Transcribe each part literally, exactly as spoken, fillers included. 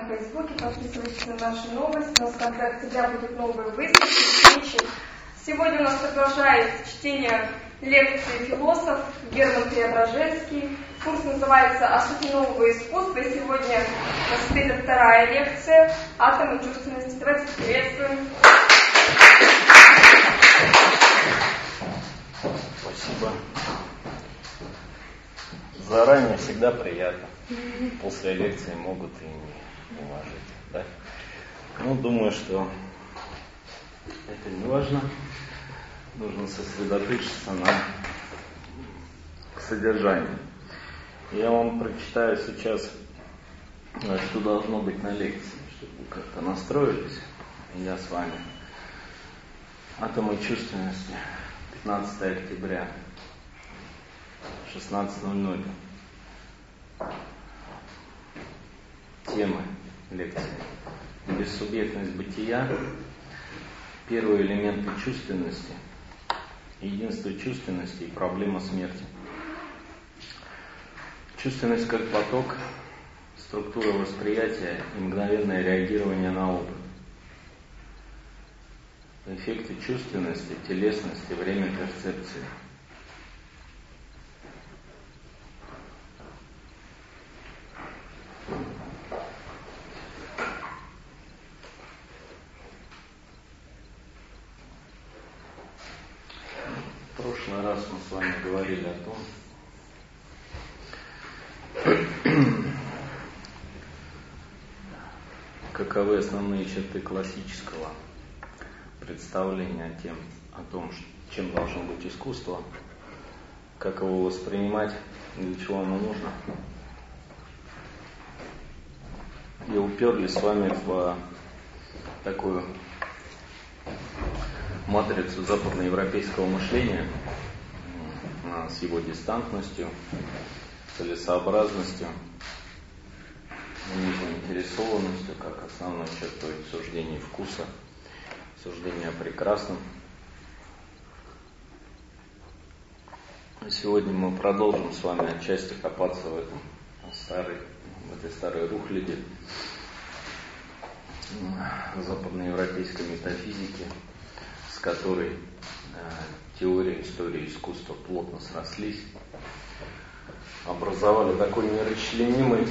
на Фейсбуке, подписывайтесь на наши новости. У нас в конце октября будут новые выставки, встречи. Сегодня у нас продолжает чтение лекции философ Герман Преображенский. Курс называется «О сути нового искусства». И сегодня у нас будет вторая лекция «Атом и чувственность». Давайте приветствуем. Спасибо. Заранее всегда приятно. После лекции могут и не уважить. Да? Ну, думаю, что это не важно. Нужно сосредоточиться на содержании. Я вам прочитаю сейчас, что должно быть на лекции, чтобы вы как-то настроились. Я с вами. Атом и чувственности. пятнадцатое октября. шестнадцать ноль ноль. Темы лекции. Бессубъектность бытия. Первые элементы чувственности. Единство чувственности и проблема смерти. Чувственность как поток, структура восприятия и мгновенное реагирование на опыт. Эффекты чувственности, телесности, время перцепции. В прошлый раз мы с вами говорили о том, каковы основные черты классического представления о, тем, о том, чем должно быть искусство, как его воспринимать, для чего оно нужно. И уперлись с вами в такую матрицу западноевропейского мышления с его дистантностью, целесообразностью, заинтересованностью как основной чертой суждений вкуса, суждения о прекрасном. Сегодня мы продолжим с вами отчасти копаться в этом старой, в этой старой рухляди западноевропейской метафизики, с которой э, теория истории искусства плотно срослись, образовали такой нерасчленимый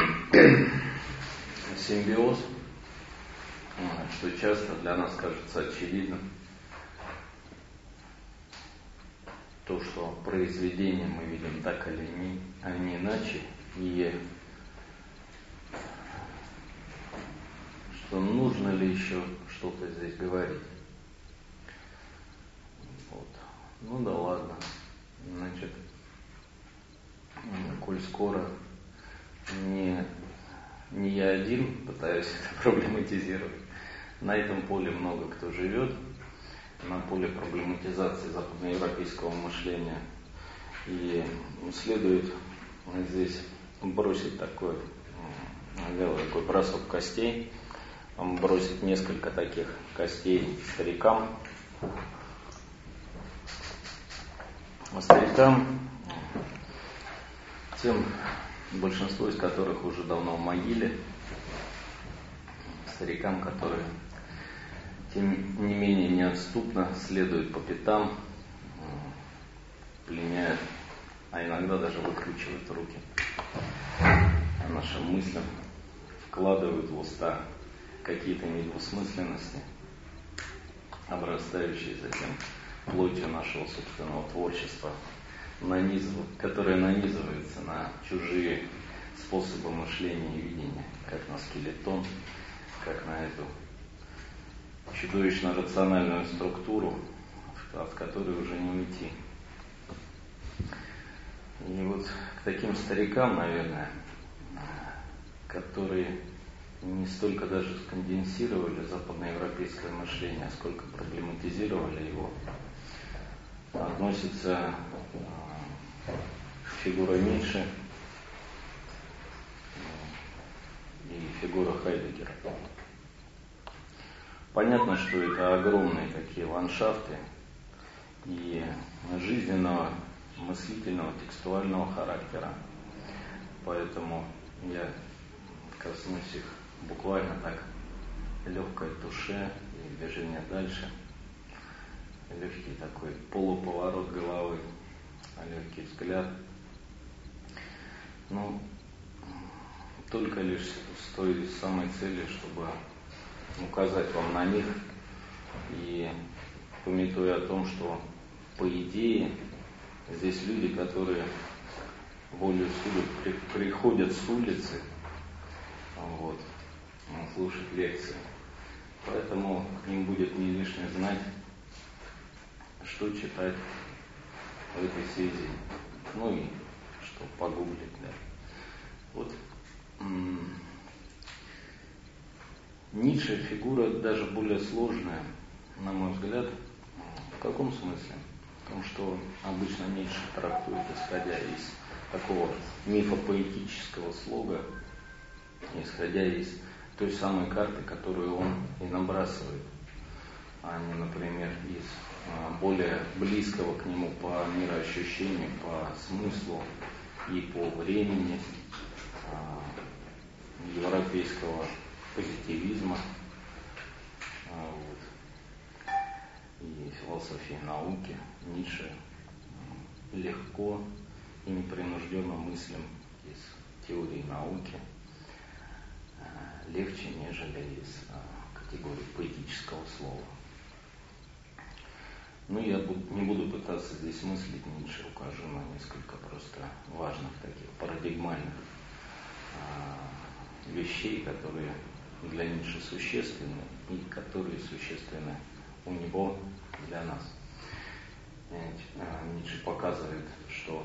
симбиоз, что часто для нас кажется очевидным. То, что произведение мы видим так или не, а не иначе, и что нужно ли еще что-то здесь говорить. Вот. Ну да ладно. Значит, коль скоро не, не я один пытаюсь это проблематизировать, на этом поле много кто живет, на поле проблематизации западноевропейского мышления. И следует здесь бросить такой, такой бросок костей, бросить несколько таких костей старикам. А старикам, тем, большинство из которых уже давно в могиле, старикам, которые тем не менее неотступно следуют по пятам, пленяют, а иногда даже выкручивают руки, а нашим мыслям вкладывают в уста какие-то недвусмысленности, обрастающие затем плотью нашего собственного творчества, нанизыв... которое нанизывается на чужие способы мышления и видения, как на скелетон, как на эту чудовищно-рациональную структуру, от которой уже не уйти. И вот к таким старикам, наверное, которые не столько даже сконденсировали западноевропейское мышление, сколько проблематизировали его, относится фигура Ницше и фигура Хайдеггера. Понятно, что это огромные такие ландшафты и жизненного, мыслительного, текстуального характера. Поэтому я коснусь их буквально так легкое туше и движение дальше. Легкий такой полуповорот головы, легкий взгляд. Ну, только лишь с той самой целью, чтобы указать вам на них и памятуя о том, что по идее здесь люди, которые волею судеб при, приходят с улицы, вот, слушать лекции. Поэтому им будет не лишнее знать, что читать в этой связи. Ну и что погуглить, да. Вот м- Ницше фигура даже более сложная, на мой взгляд. В каком смысле? В том, что обычно Ницше трактует, исходя из такого мифопоэтического слога, исходя из той самой карты, которую он и набрасывает, а не, например, из а, более близкого к нему по мироощущению, по смыслу и по времени а, европейского позитивизма, а, вот, и философии науки. Ницше легко и непринужденно мыслим из теории науки, легче, нежели из категории поэтического слова. Ну, я не буду пытаться здесь мыслить Ницше, укажу на несколько просто важных таких парадигмальных вещей, которые для Ницше существенны и которые существенны у него для нас. Ницше показывает, что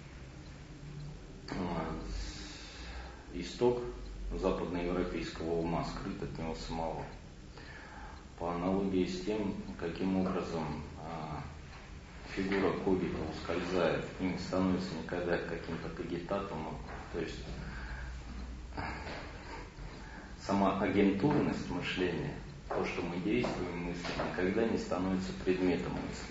исток западноевропейского ума скрыт от него самого. По аналогии с тем, каким образом а, фигура Когита ускользает и не становится никогда каким-то когитатумом, то есть сама агентурность мышления, то, что мы действуем мыслью, никогда не становится предметом мысли.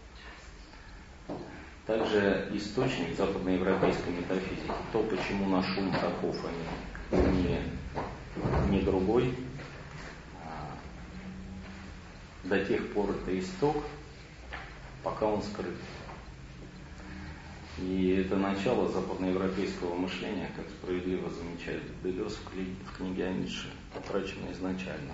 Также источник западноевропейской метафизики, то, почему наш ум таков, а не, не другой, а, до тех пор это исток, пока он скрыт. И это начало западноевропейского мышления, как справедливо замечает Делез в, кли- в книге о Ницше, утрачено изначально.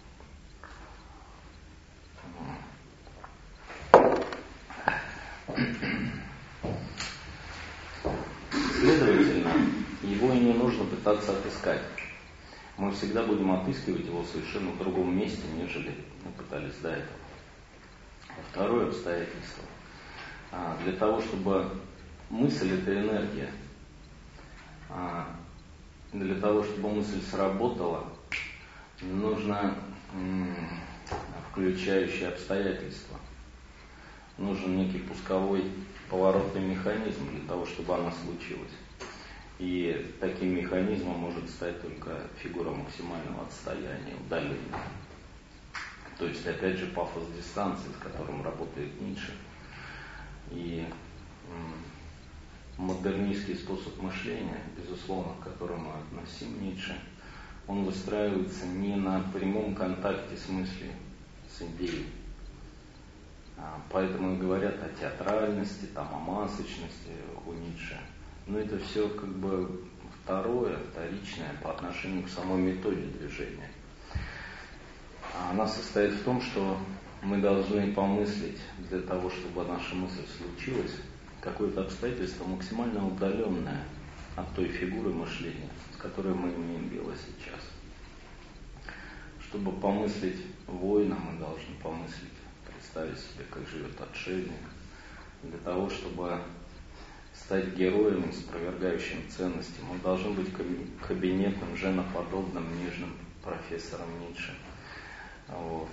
Следовательно, его и не нужно пытаться отыскать. Мы всегда будем отыскивать его в совершенно другом месте, нежели мы пытались до этого. Второе обстоятельство. Для того, чтобы мысль – это энергия. Для того, чтобы мысль сработала, нужно включающее обстоятельство. Нужен некий пусковой поворотный механизм для того, чтобы она случилась. И таким механизмом может стать только фигура максимального отстояния, удаления. То есть, опять же, пафос дистанции, с которым работает Ницше. И модернистский способ мышления, безусловно, к которому относим Ницше, он выстраивается не на прямом контакте с мыслью, с идеей. Поэтому и говорят о театральности, там, о масочности у Ницше. Но это все как бы второе, вторичное по отношению к самой методе движения. Она состоит в том, что мы должны помыслить для того, чтобы наша мысль случилась, какое-то обстоятельство максимально удаленное от той фигуры мышления, с которой мы имеем дело сейчас. Чтобы помыслить воина, мы должны помыслить, представить себе, как живет отшельник. Для того, чтобы стать героем, спровергающим ценности, мы должны быть кабинетным, женоподобным, нежным профессором Ницше. Вот.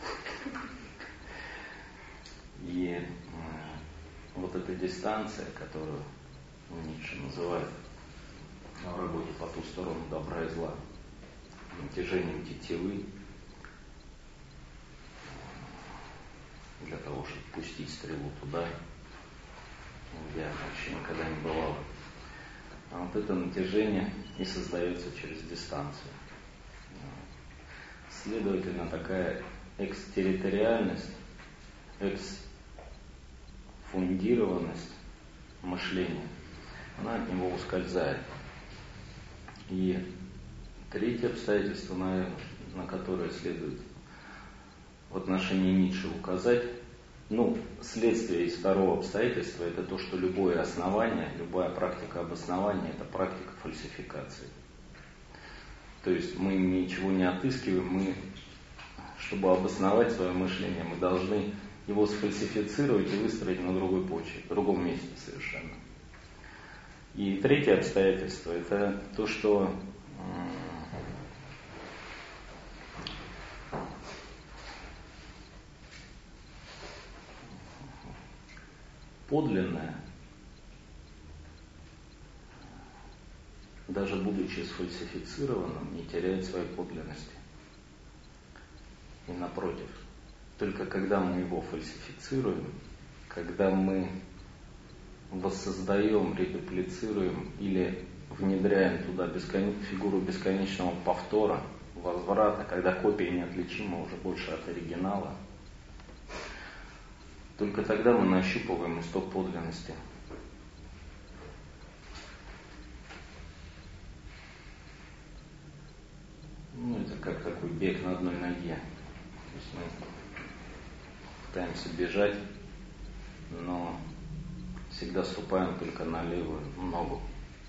И э, вот эта дистанция, которую Ницше называет в работе по ту сторону добра и зла, натяжением тетивы, для того, чтобы пустить стрелу туда, где вообще никогда не бывало. А вот это натяжение и создается через дистанцию. следовательно, такая экстерриториальность, эксфундированность мышления, она от него ускользает. И третье обстоятельство, наверное, на которое следует в отношении Ницше указать, ну, следствие из второго обстоятельства, это то, что любое основание, любая практика обоснования, это практика фальсификации. То есть мы ничего не отыскиваем, мы, чтобы обосновать свое мышление, мы должны его сфальсифицировать и выстроить на другой почве, в другом месте совершенно. И третье обстоятельство, это то, что подлинное, даже будучи сфальсифицированным, не теряет своей подлинности. И напротив, только когда мы его фальсифицируем, когда мы воссоздаем, редуплицируем или внедряем туда бескон... фигуру бесконечного повтора, возврата, когда копия неотличима уже больше от оригинала, только тогда мы нащупываем исток подлинности. Ну, это как такой бег на одной ноге. То есть мы пытаемся бежать, но всегда ступаем только на левую ногу.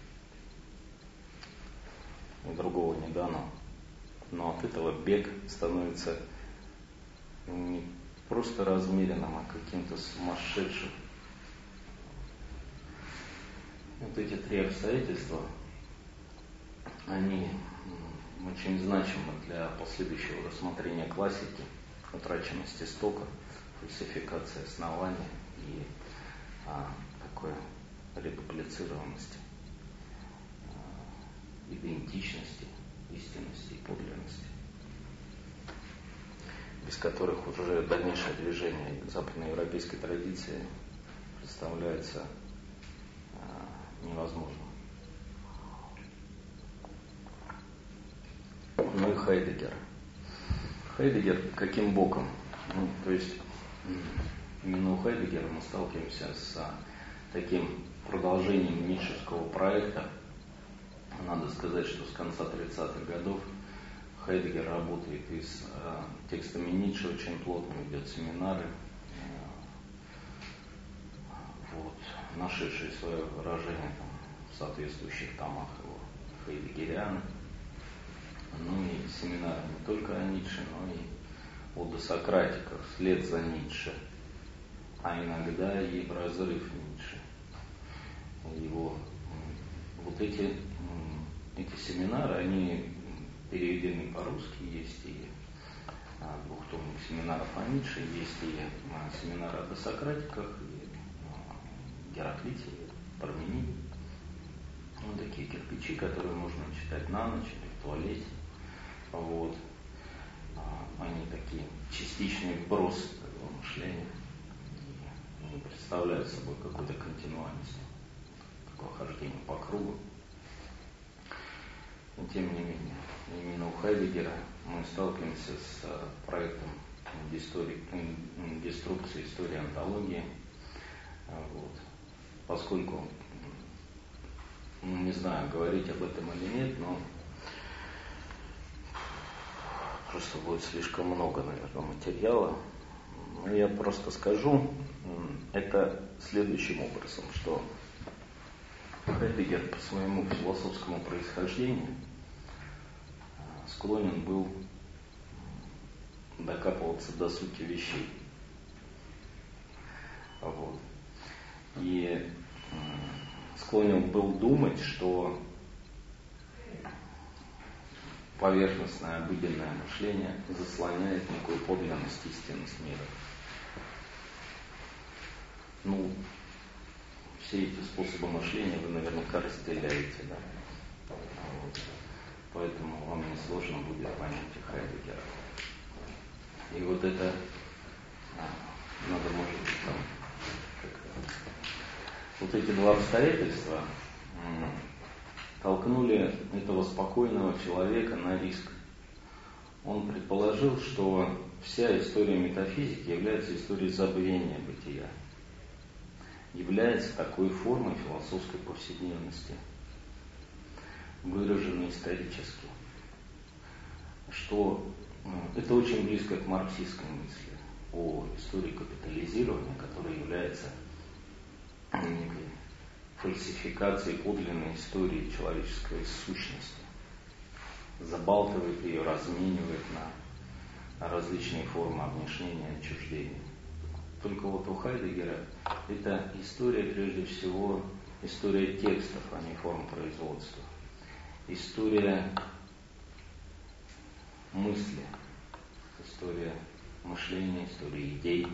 И другого не дано. Но от этого бег становится не просто размеренным, а каким-то сумасшедшим. Вот эти три обстоятельства, они очень значимы для последующего рассмотрения классики, утраченность истока, фальсификация основания и а, такой редуплицированности, а, идентичности, истинности и подлинности, без которых уже дальнейшее движение западноевропейской традиции представляется а, невозможным. Ну и Хайдеггер. Хайдеггер каким боком? Ну, то есть именно у Хайдеггера мы сталкиваемся с таким продолжением ницшевского проекта. Надо сказать, что с конца тридцатых годов Хайдеггер работает и с э, текстами Ницше очень плотно, ведет семинары, э, вот, нашедшие свое выражение там, в соответствующих томах его хайдеггерианы. Ну и семинары не только о Ницше, но и о досократиках, вслед за Ницше, а иногда и в разрыв Ницше. Его, вот эти, эти семинары, они переведены по-русски, есть и двухтомник семинаров о Ницше, есть и семинары о досократиках, и Гераклите, Пармениде. Вот такие кирпичи, которые можно читать на ночь или в туалете. Вот. Они такие частичные вбросы такого мышления. И не представляют собой какую-то континуальность, такое хождение по кругу. Но тем не менее, именно у Хайдеггера мы сталкиваемся с проектом деструкции истории онтологии. Вот. Поскольку, не знаю, говорить об этом или нет, но просто будет слишком много, наверное, материала. Но я просто скажу это следующим образом, что Хайдеггер по своему философскому происхождению склонен был докапываться до сути вещей. Вот. И склонен был думать, что поверхностное обыденное мышление заслоняет некую подлинность, истинность мира. Ну, все эти способы мышления вы наверняка разделяете, да? Вот. Поэтому вам несложно будет понять Хайдеггера. И вот это а, надо, может быть, там как-то... Вот эти два обстоятельства толкнули этого спокойного человека на риск. он предположил, что вся история метафизики является историей забвения бытия, является такой формой философской повседневности, выраженной исторически, что это очень близко к марксистской мысли о истории капитализирования, которая является некой фальсификацией подлинной истории человеческой сущности, забалтывает ее, разменивает на различные формы обнишнения и отчуждения. Только вот у Хайдеггера это история, прежде всего, история текстов, а не форм производства. История мысли, история мышления, история идей,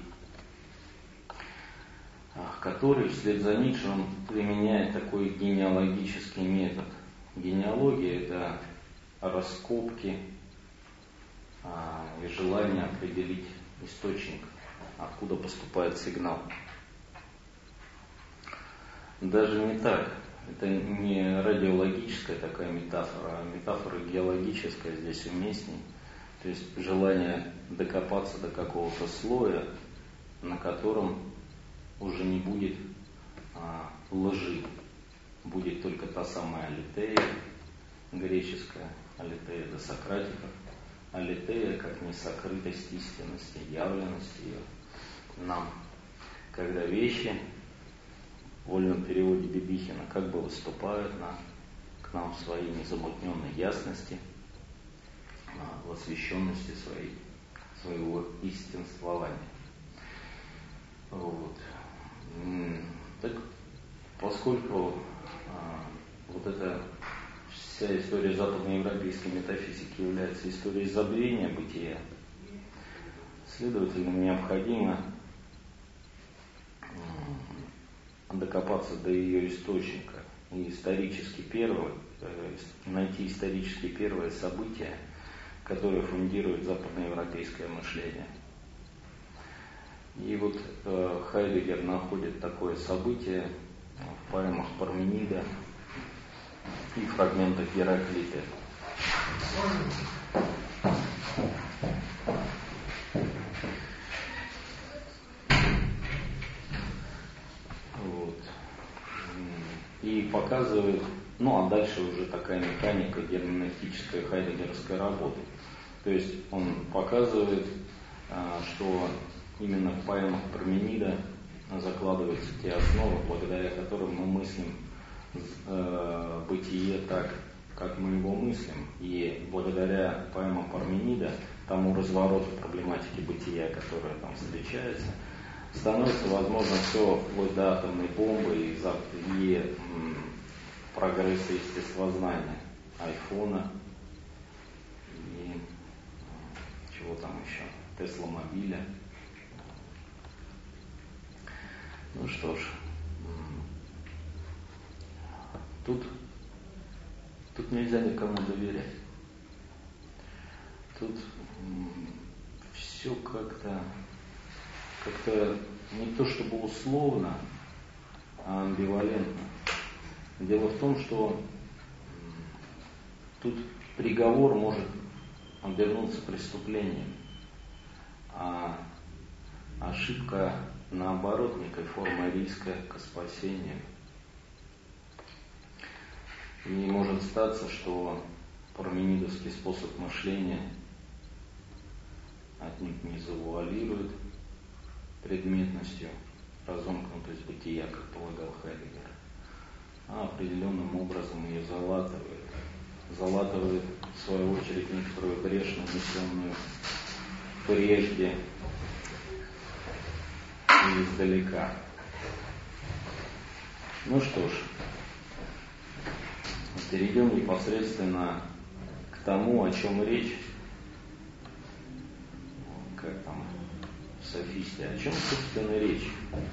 который вслед за Ницше он применяет такой генеалогический метод. Генеалогия – это раскопки а, и желание определить источник, откуда поступает сигнал. Даже не так. Это не радиологическая такая метафора, а метафора геологическая здесь уместней. То есть желание докопаться до какого-то слоя, на котором уже не будет а, лжи. Будет только та самая алитея греческая, алитея до Сократиков. Алитея как несокрытость истинности, явленность ее нам. Когда вещи в вольном переводе Бибихина как бы выступают на, к нам в своей незамутненной ясности, в освященности своей, своего истинствования. Вот. Так, поскольку а, вот эта вся история западноевропейской метафизики является историей забвения бытия, следовательно, необходимо докопаться до ее источника и исторически первое, найти исторически первое событие, которое фундирует западноевропейское мышление. И вот э, Хайдеггер находит такое событие в поэмах Парменида и фрагментах Гераклита. Вот. И показывает, ну а дальше уже такая механика герменевтическая хайдеггеровской работы. То есть он показывает, э, что именно в поэмах Парменида закладываются те основы, благодаря которым мы мыслим э, бытие так, как мы его мыслим. И благодаря поэмам Парменида, тому развороту проблематики бытия, которая там встречается, становится возможно все вплоть до атомной бомбы и, и м, прогресса естествознания, айфона и м, чего там еще, Тесла-мобиля. Ну что ж, тут, тут нельзя никому доверять. Тут все как-то, как-то не то чтобы условно, а амбивалентно. Дело в том, что тут приговор может обернуться преступлением, а ошибка, наоборот, некой формой риска к спасению. И может статься, что парменидовский способ мышления отнюдь не завуалирует предметностью разомкнутость бытия, как полагал Хайдеггер, а определенным образом ее залатывает. Залатывает, в свою очередь, некоторую брешь, нанесенную прежде и издалека. Ну что ж, перейдем непосредственно к тому, о чем речь, как там в софисте, о чем, собственно, речь.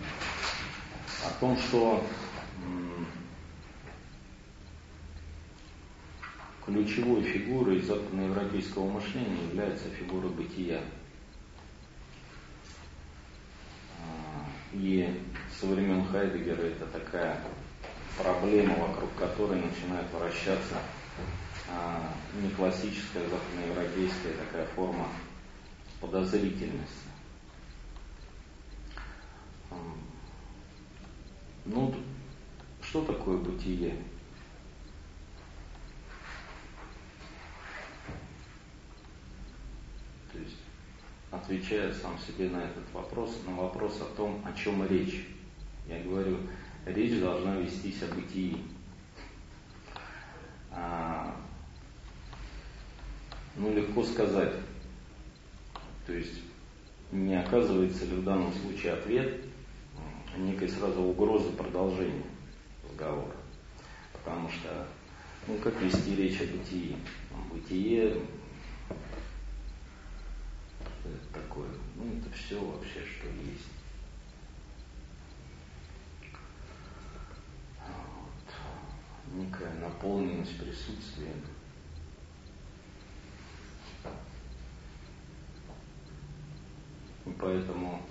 О том, что м- ключевой фигурой западноевропейского мышления является фигура бытия. И со времен Хайдеггера это такая проблема, вокруг которой начинает вращаться а не классическая западноевропейская такая форма подозрительности. Ну, что такое бытие? То есть, отвечая сам себе на этот вопрос, на вопрос о том, о чем речь. Я говорю, речь должна вестись о бытии. А, ну, легко сказать. То есть, не оказывается ли в данном случае ответ некой сразу угрозы продолжения разговора. Потому что, ну, как вести речь о бытии? Бытие это такое, ну, это все вообще, что есть. Вот. Некая наполненность присутствием. И поэтому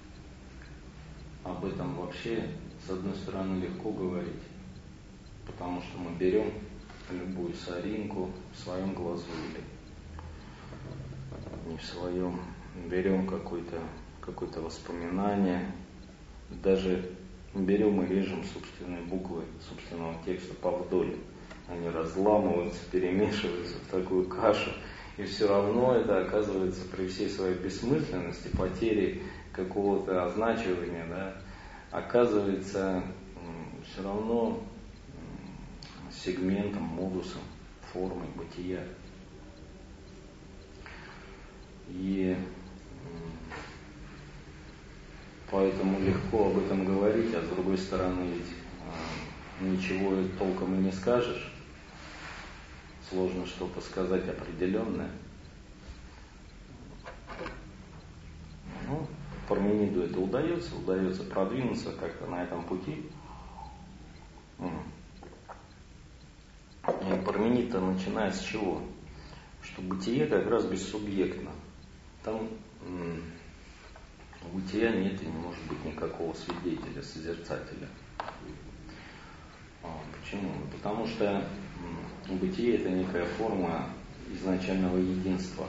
об этом вообще, с одной стороны, легко говорить, потому что мы берем любую соринку в своем глазу или не в своем, берем какое-то какое-то воспоминание, даже берем и режем собственные буквы собственного текста повдоль. Они разламываются, перемешиваются в такую кашу, и все равно это оказывается при всей своей бессмысленности, потере какого-то означивания, да, оказывается все равно сегментом, модусом, формой бытия. И поэтому легко об этом говорить, а с другой стороны ведь ничего толком и не скажешь. Сложно что-то сказать определенное. Ну, Пармениду это удается, удается продвинуться как-то на этом пути. И Парменид-то начинает с чего? Что бытие как раз бессубъектно. Там у бытия нет и не может быть никакого свидетеля, созерцателя. Почему? Потому что бытие это некая форма изначального единства.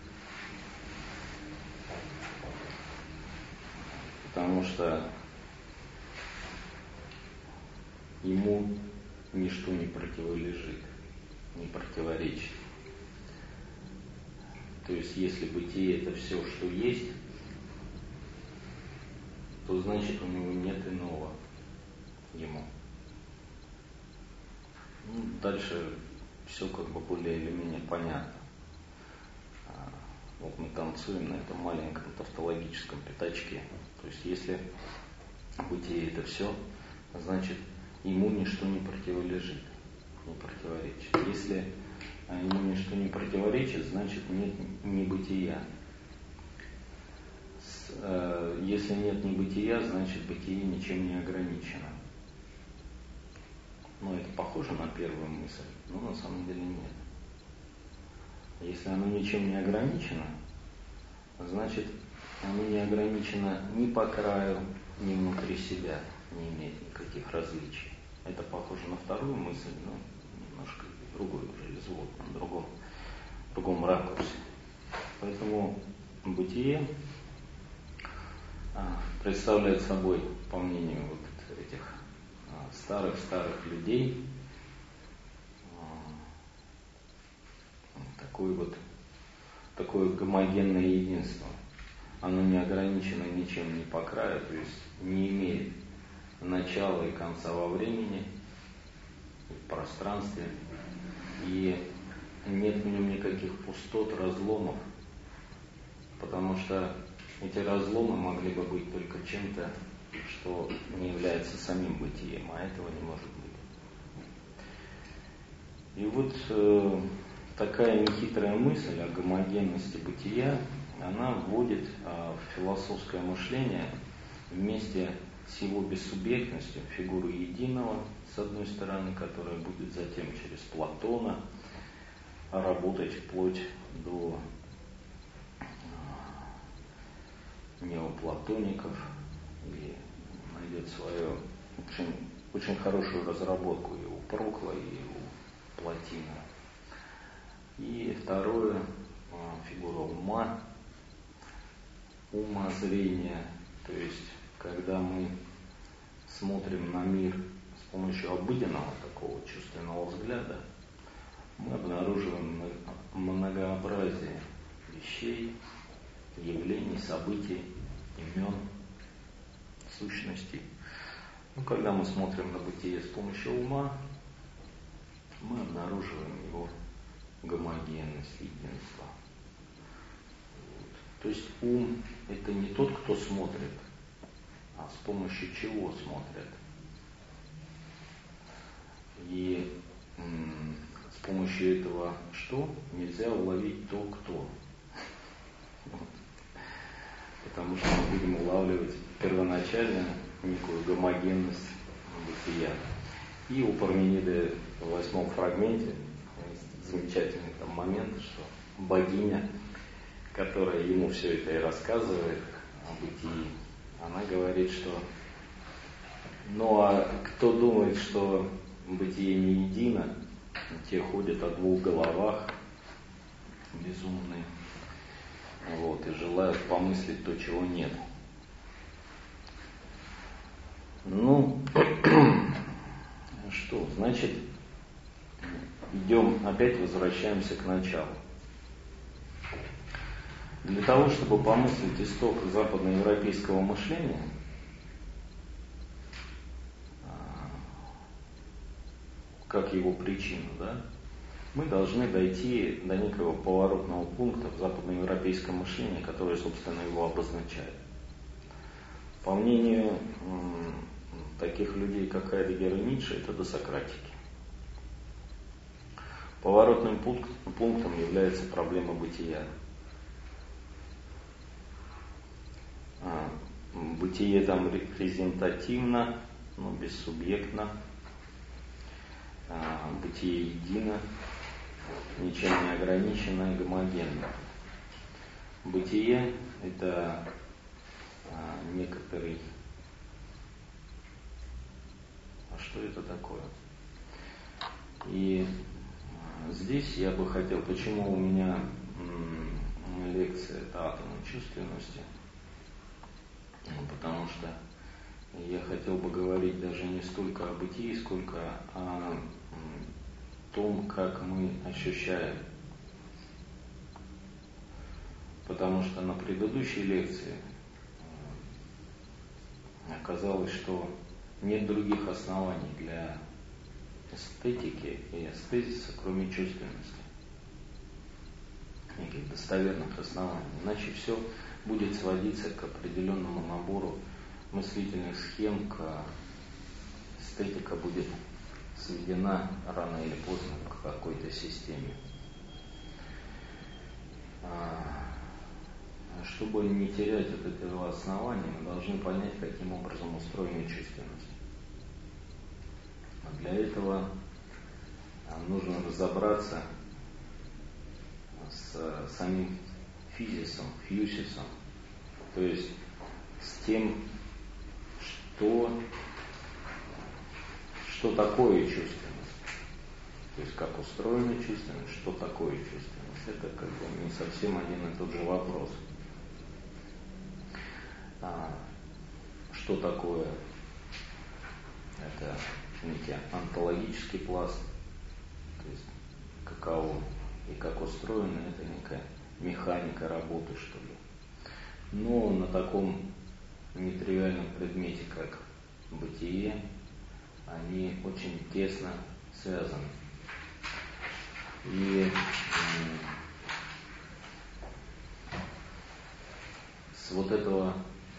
Потому что ему ничто не противолежит, не противоречит. То есть, если бытие это все, что есть, то значит у него нет иного ему. Ну, дальше все как бы более или менее понятно. Вот мы танцуем на этом маленьком тавтологическом пятачке. То есть, если бытие это все, значит ему ничто не противолежит, не противоречит. Если ему ничто не противоречит, значит нет небытия. Если нет небытия, значит бытие ничем не ограничено. Ну, это похоже на первую мысль, но на самом деле нет. Если оно ничем не ограничено, значит оно не ограничено ни по краю, ни внутри себя, не имеет никаких различий. Это похоже на вторую мысль, но немножко другой уже извод, на другом, другом ракурсе. Поэтому бытие представляет собой, по мнению вот этих старых-старых людей, такое вот такое гомогенное единство. Оно не ограничено ничем ни по краю, то есть не имеет начала и конца во времени, в пространстве, и нет в нем никаких пустот, разломов, потому что эти разломы могли бы быть только чем-то, что не является самим бытием, а этого не может быть. И вот э, такая нехитрая мысль о гомогенности бытия, она вводит э, в философское мышление вместе с его бессубъектностью фигуру единого, с одной стороны, которая будет затем через Платона работать вплоть до неоплатоников и найдет свою очень, очень хорошую разработку и у Прокла, и у Плотина. И второе, фигура ума, умозрение, то есть когда мы смотрим на мир с помощью обыденного такого чувственного взгляда, мы обнаруживаем многообразие вещей, явлений, событий, имен, сущностей. Но когда мы смотрим на бытие с помощью ума, мы обнаруживаем его гомогенность, единство. Вот. То есть ум – это не тот, кто смотрит, а с помощью чего смотрят. И м- с помощью этого что? Нельзя уловить то, кто. Вот. Потому что мы будем улавливать первоначально некую гомогенность бытия. И у Пармениды в восьмом фрагменте есть замечательный там момент, что богиня, которая ему все это и рассказывает о бытии, она говорит, что ну а кто думает, что бытие не едино, те ходят о двух головах, безумные, вот, и желают помыслить то, чего нет. Ну, что, значит, идем, опять возвращаемся к началу. Для того, чтобы помыслить исток западноевропейского мышления, как его причину, да, мы должны дойти до некого поворотного пункта в западноевропейском мышлении, который, собственно, его обозначает. По мнению м, таких людей, как Хайдеггер и Ницше, это досократики. Поворотным пункт, пунктом является проблема бытия. А, бытие там репрезентативно, но бессубъектно. А, бытие едино, ничем не ограничено и гомогенно. Бытие – это а, некоторый... А что это такое? И а, здесь я бы хотел... Почему у меня м, лекция – это атомы чувственности? Ну, потому что я хотел бы говорить даже не столько о бытии, сколько о м, том, как мы ощущаем. Потому что на предыдущей лекции оказалось, что нет других оснований для эстетики и эстезиса, кроме чувственности. Никаких достоверных оснований. Иначе все будет сводиться к определенному набору мыслительных схем, к эстетика будет сведена рано или поздно к какой-то системе. Чтобы не терять от этого основания, мы должны понять, каким образом устроена чувственность. А для этого нужно разобраться с самим физисом, фьюсисом, то есть с тем, что, что такое чувственность. То есть как устроена чувственность, что такое чувственность. Это как бы не совсем один и тот же вопрос. А, что такое? Это некий онтологический пласт, то есть каково и как устроено, это некая механика работы, что ли. Но на таком нетривиальном предмете, как бытие, они очень тесно связаны. И с вот этого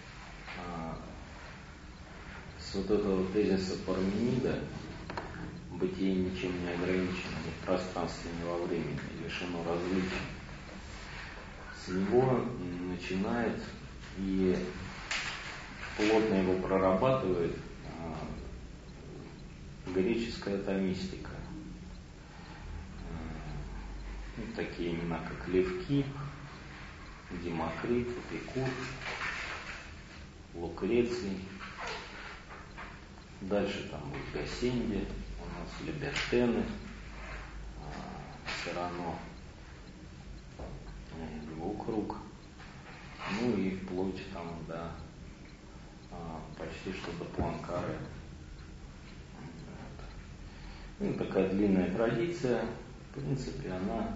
с вот этого тезиса Парменида бытие ничем не ограничено ни в пространстве, ни во времени, лишено различий. С него начинает и плотно его прорабатывает греческая томистика. Ну, такие имена, как Левкип, Демокрит, Эпикур, Лукреций. Дальше там будет Гассенди, у нас Либертены, Сирано, вплоть там, до почти что до Пуанкары. Ну, такая длинная традиция, в принципе, она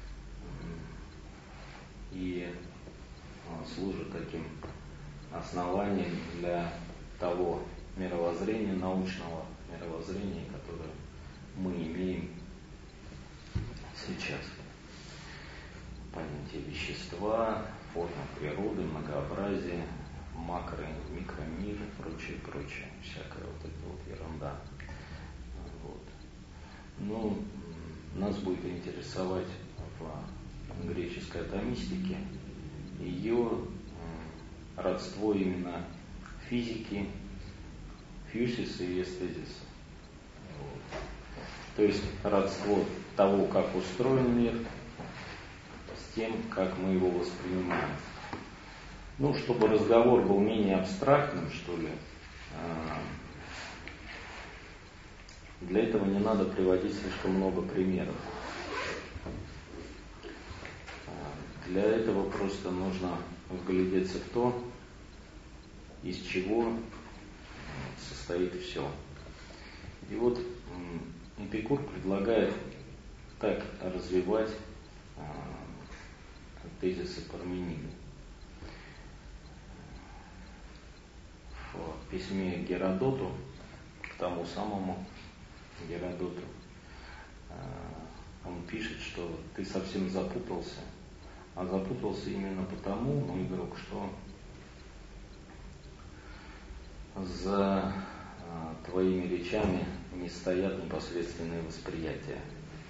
и служит таким основанием для того мировоззрения, научного мировоззрения, которое мы имеем сейчас. Понятие вещества, форма природы, многообразие, макро- и микромир и прочее, прочее. Всякая вот эта вот ерунда. Вот. Ну, нас будет интересовать в греческой атомистике ее родство именно физики, фьюсиса и эстезиса. Вот. То есть родство того, как устроен мир, с тем, как мы его воспринимаем. Ну, чтобы разговор был менее абстрактным, что ли, для этого не надо приводить слишком много примеров. Для этого просто нужно вглядеться в то, из чего состоит все. И вот Эпикур предлагает так развивать тезисы Парменида. В письме Геродоту, к тому самому Геродоту, он пишет, что ты совсем запутался, а запутался именно потому, мой друг, что за твоими речами не стоят непосредственные восприятия.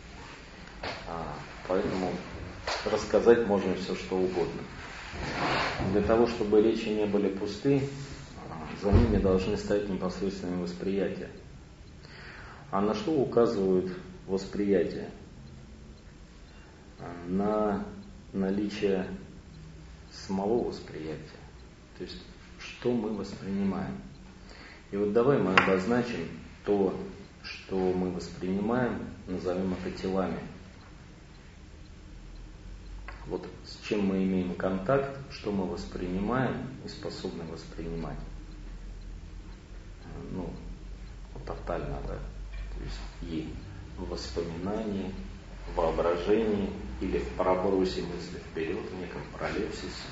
Поэтому рассказать можно все, что угодно. Для того, чтобы речи не были пусты, за ними должны стоять непосредственные восприятия. А на что указывают восприятия? На наличие самого восприятия. То есть, что мы воспринимаем. И вот давай мы обозначим то, что мы воспринимаем, назовем это телами. Вот с чем мы имеем контакт, что мы воспринимаем и способны воспринимать. Ну, тотально, да. То есть и в воспоминании, в воображении или в пробросе мысли вперед, в неком пролепсисе.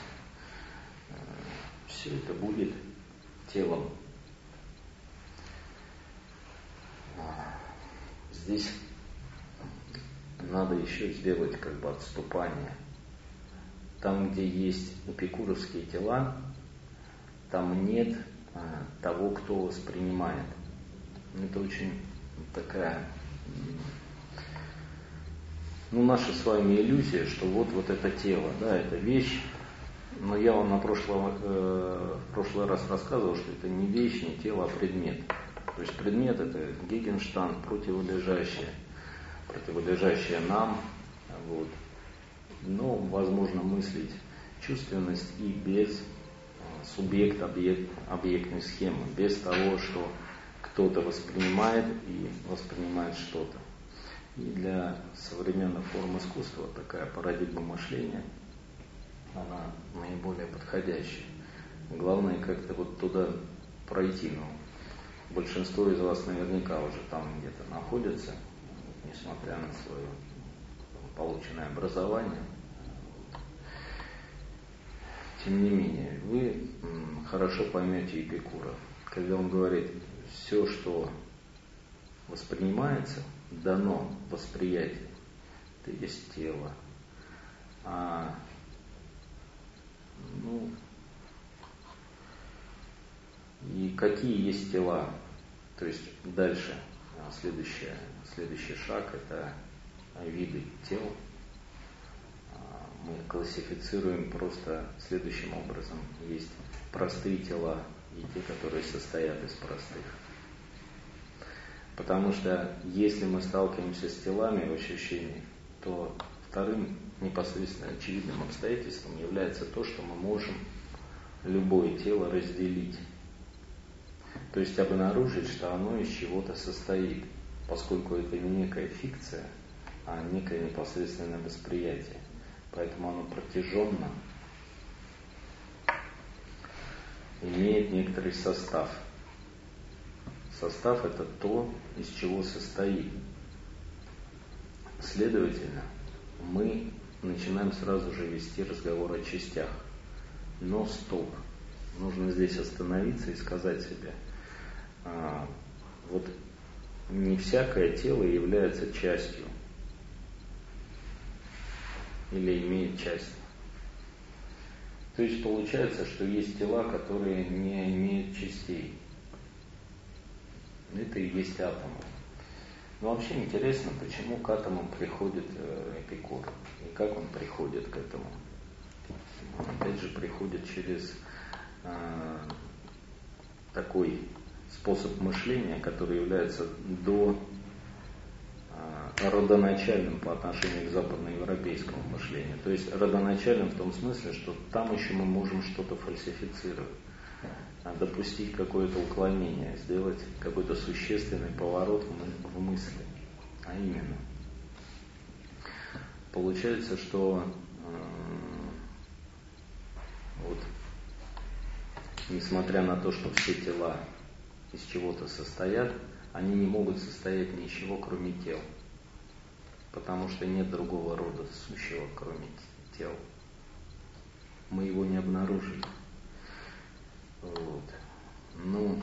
Все это будет телом. Здесь надо еще сделать как бы отступание. Там, где есть эпикуровские тела, там нет а, того, кто воспринимает. Это очень такая, ну, наша с вами иллюзия, что вот, вот это тело, да, это вещь. Но я вам на прошлом, э, в прошлый раз рассказывал, что это не вещь, не тело, а предмет. То есть предмет это Гегенштанд, противолежащее, противолежащее нам. Вот. Но возможно мыслить чувственность и без субъект-объект, объектной схемы, без того, что кто-то воспринимает и воспринимает что-то. И для современных форм искусства такая парадигма мышления, она наиболее подходящая. Главное как-то вот туда пройти. Ну, большинство из вас наверняка уже там где-то находится, несмотря на свое полученное образование. Тем не менее, вы хорошо поймете Эпикура, когда он говорит, все, что воспринимается, дано восприятию, это есть тело. А, ну, и какие есть тела? То есть дальше, следующий, следующий шаг, это виды тел. Мы классифицируем просто следующим образом. Есть простые тела и те, которые состоят из простых. Потому что если мы сталкиваемся с телами в ощущении, то вторым непосредственно очевидным обстоятельством является то, что мы можем любое тело разделить. То есть обнаружить, что оно из чего-то состоит, поскольку это не некая фикция, а некое непосредственное восприятие. Поэтому оно протяженно. имеет некоторый состав. Состав – это то, из чего состоит. Следовательно, мы начинаем сразу же вести разговор о частях. Но стоп. Нужно здесь остановиться и сказать себе, а, вот не всякое тело является частью или имеет часть. То есть получается, что есть тела, которые не имеют частей. Это и есть атомы. Но вообще интересно, почему к атомам приходит Эпикур и как он приходит к этому. Опять же, приходит через э, такой способ мышления, который является до э, родоначальным по отношению к западноевропейскому мышлению. То есть родоначальным в том смысле, что там еще мы можем что-то фальсифицировать, допустить какое-то уклонение, сделать какой-то существенный поворот в, в мысли. А именно, получается, что э, вот, несмотря на то, что все тела из чего-то состоят, они не могут состоять ни из чего, кроме тел. Потому что нет другого рода сущего, кроме тел. Мы его не обнаружили. Вот. Ну,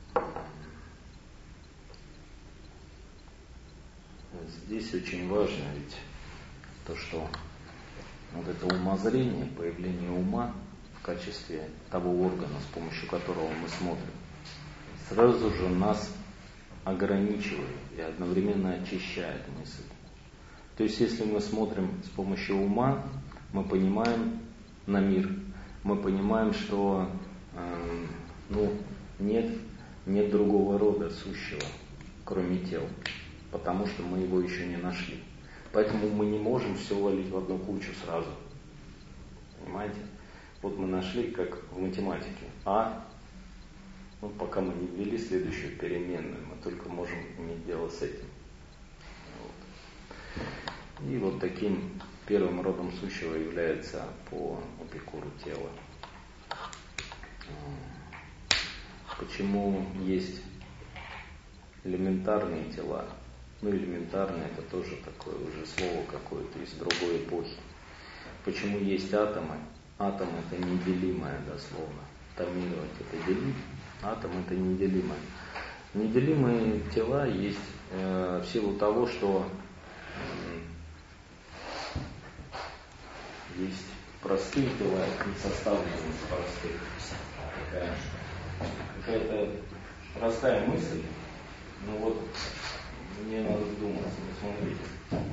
здесь очень важно ведь то, что вот это умозрение, появление ума в качестве того органа, с помощью которого мы смотрим, сразу же нас ограничивает и одновременно очищает мысль. То есть, если мы смотрим с помощью ума, мы понимаем на мир, мы понимаем, что э, ну, нет, нет другого рода сущего, кроме тел, потому что мы его еще не нашли. Поэтому мы не можем все валить в одну кучу сразу. Понимаете? Вот мы нашли, как в математике, А, ну, пока мы не ввели следующую переменную, мы только можем иметь дело с этим. Вот. И вот таким первым родом сущего является по Эпикуру тело. Почему есть элементарные тела? Ну, элементарные это тоже такое уже слово какое-то из другой эпохи. Почему есть атомы? Атом это неделимое дословно. Томировать это делить, атом это неделимое. Неделимые тела есть э, в силу того, что э, есть простые тела, не составленные из простых. Такая, какая-то простая мысль, ну вот мне надо вдуматься, ну смотрите.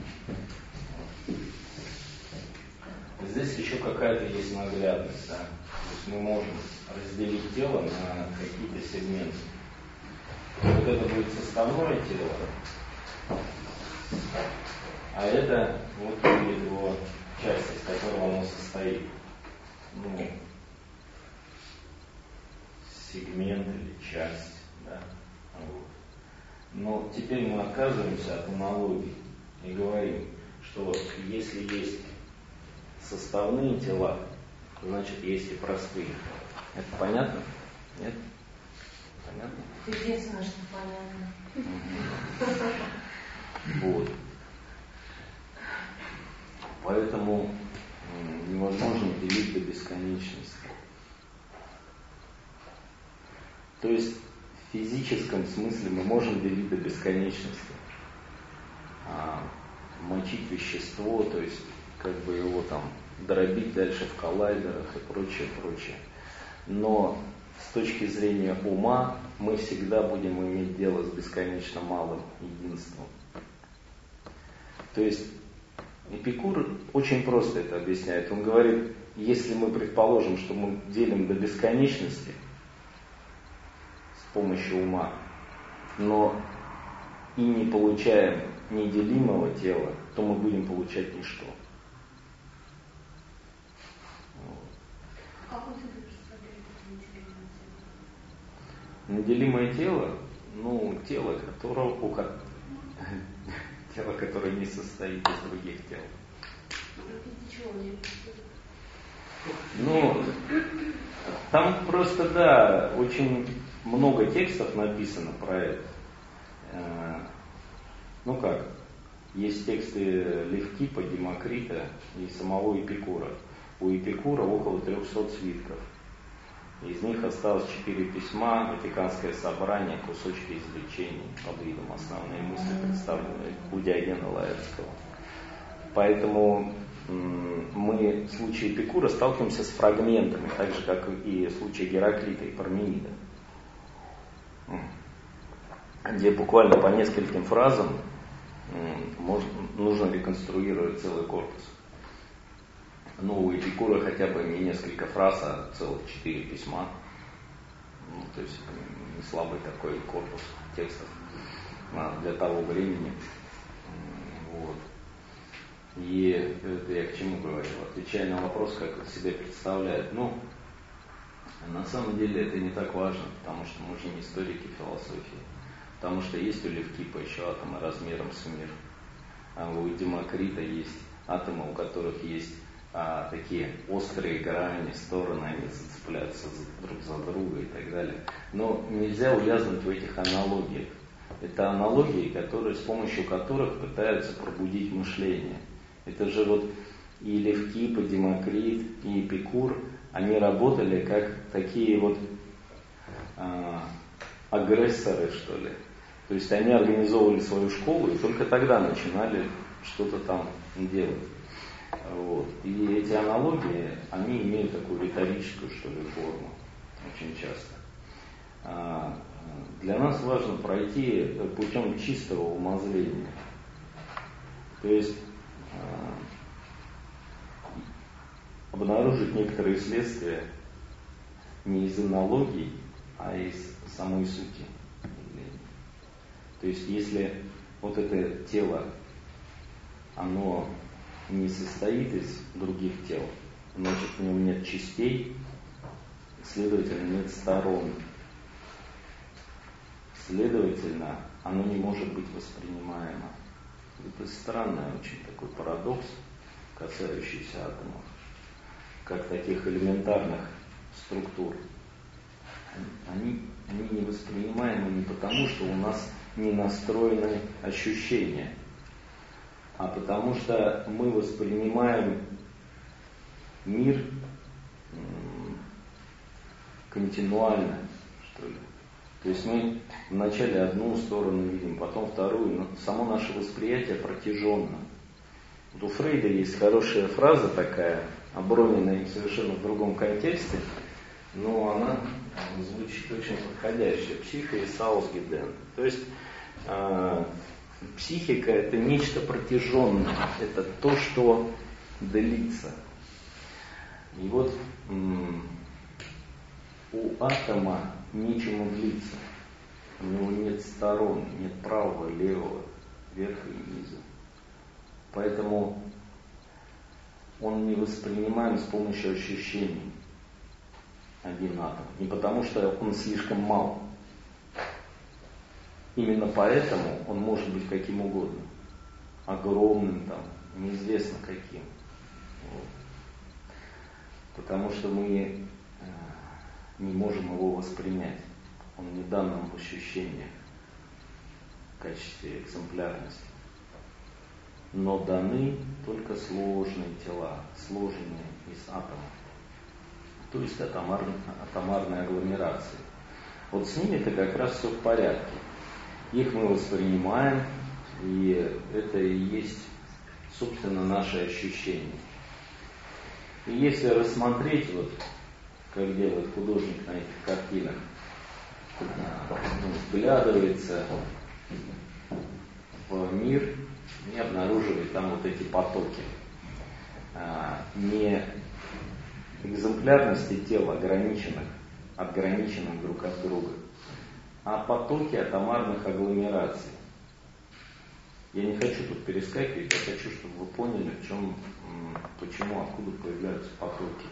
Здесь еще какая-то есть наглядность, да? То есть мы можем разделить тело на какие-то сегменты. Вот это будет составное тело, а это вот будет его часть, из которого оно состоит. Ну, сегмент или часть, да? Вот. Но теперь мы отказываемся от аналогии и говорим, что если есть составные тела, значит есть и простые. Это понятно? Нет? Понятно? Единственное, что понятно. Вот. Поэтому невозможно делить до бесконечности. То есть в физическом смысле мы можем делить до бесконечности. А мочить вещество, то есть как бы его там дробить дальше в коллайдерах и прочее, прочее. Но с точки зрения ума мы всегда будем иметь дело с бесконечно малым единством. То есть Эпикур очень просто это объясняет. Он говорит, если мы предположим, что мы делим до бесконечности с помощью ума, но и не получаем неделимого тела, то мы будем получать ничто. Как он себе представляет это неделимое тело? Неделимое тело, ну, тело, которого, у, тело, которое не состоит из других тел. Ничего не. Ну, Там просто, да, очень много текстов написано про это. Ну как, есть тексты Левкипа, Демокрита и самого Эпикура. У Эпикура около трехсот свитков. Из них осталось четыре письма, Ватиканское собрание, кусочки извлечений под видом основные мысли, представленные у Диогена Лаэртского. Поэтому мы в случае Эпикура сталкиваемся с фрагментами, так же, как и в случае Гераклита и Парменида, где буквально по нескольким фразам можно, нужно реконструировать целый корпус. Ну, у Эпикура хотя бы не несколько фраз, а целых четыре письма. Ну, то есть не слабый такой корпус текстов для того времени. Вот. И это я к чему говорил? Отвечая на вопрос, как это себя представляет. Ну, на самом деле это не так важно, потому что мы же не историки философии. Потому что есть у Левкипа еще атомы размером с мир. А у Демокрита есть атомы, у которых есть а, такие острые грани, стороны, они зацепляются друг за друга и так далее. Но нельзя увязнуть в этих аналогиях. Это аналогии, которые, с помощью которых пытаются пробудить мышление. Это же вот и Левкип, и Демокрит, и Эпикур, они работали как такие вот а, агрессоры, что ли. То есть они организовывали свою школу и только тогда начинали что-то там делать. Вот. И эти аналогии, они имеют такую риторическую, что ли, форму очень часто. А, для нас важно пройти путем чистого умозрения. То есть а, обнаружить некоторые следствия не из аналогий, а из самой сути. То есть если вот это тело, оно не состоит из других тел, значит в нем нет частей, следовательно нет сторон. Следовательно, оно не может быть воспринимаемо. Это странный очень такой парадокс, касающийся атомов, как таких элементарных структур. Они, они не воспринимаемы не потому, что у нас не настроены ощущения, а потому что мы воспринимаем мир м- континуально, что ли. То есть мы вначале одну сторону видим, потом вторую, но само наше восприятие протяженно. Вот у Фрейда есть хорошая фраза такая, оброненная совершенно в другом контексте, но она звучит очень подходяще. Психо и Саусгеден. То есть э, психика это нечто протяженное, это то, что длится. И вот м- у атома нечему длиться. У него нет сторон, нет правого, левого, верха и низа. Поэтому он не воспринимаем с помощью ощущений. Один атом. Не потому, что он слишком мал. Именно поэтому он может быть каким угодно. Огромным там, неизвестно каким. Вот. Потому что мы э, не можем его воспринять. Он не дан нам в ощущениях в качестве экземплярности. Но даны только сложные тела, сложенные из атомов. То есть атомарные, атомарные агломерации. Вот с ними-то как раз все в порядке. Их мы воспринимаем, и это и есть, собственно, наши ощущения. И если рассмотреть, вот, как делает художник на этих картинах, ну, вглядывается в мир и обнаруживает там вот эти потоки. Не экземплярности тел ограниченных, отграниченных друг от друга, а потоки атомарных агломераций. Я не хочу тут перескакивать, я хочу, чтобы вы поняли, в чем, почему, откуда появляются потоки.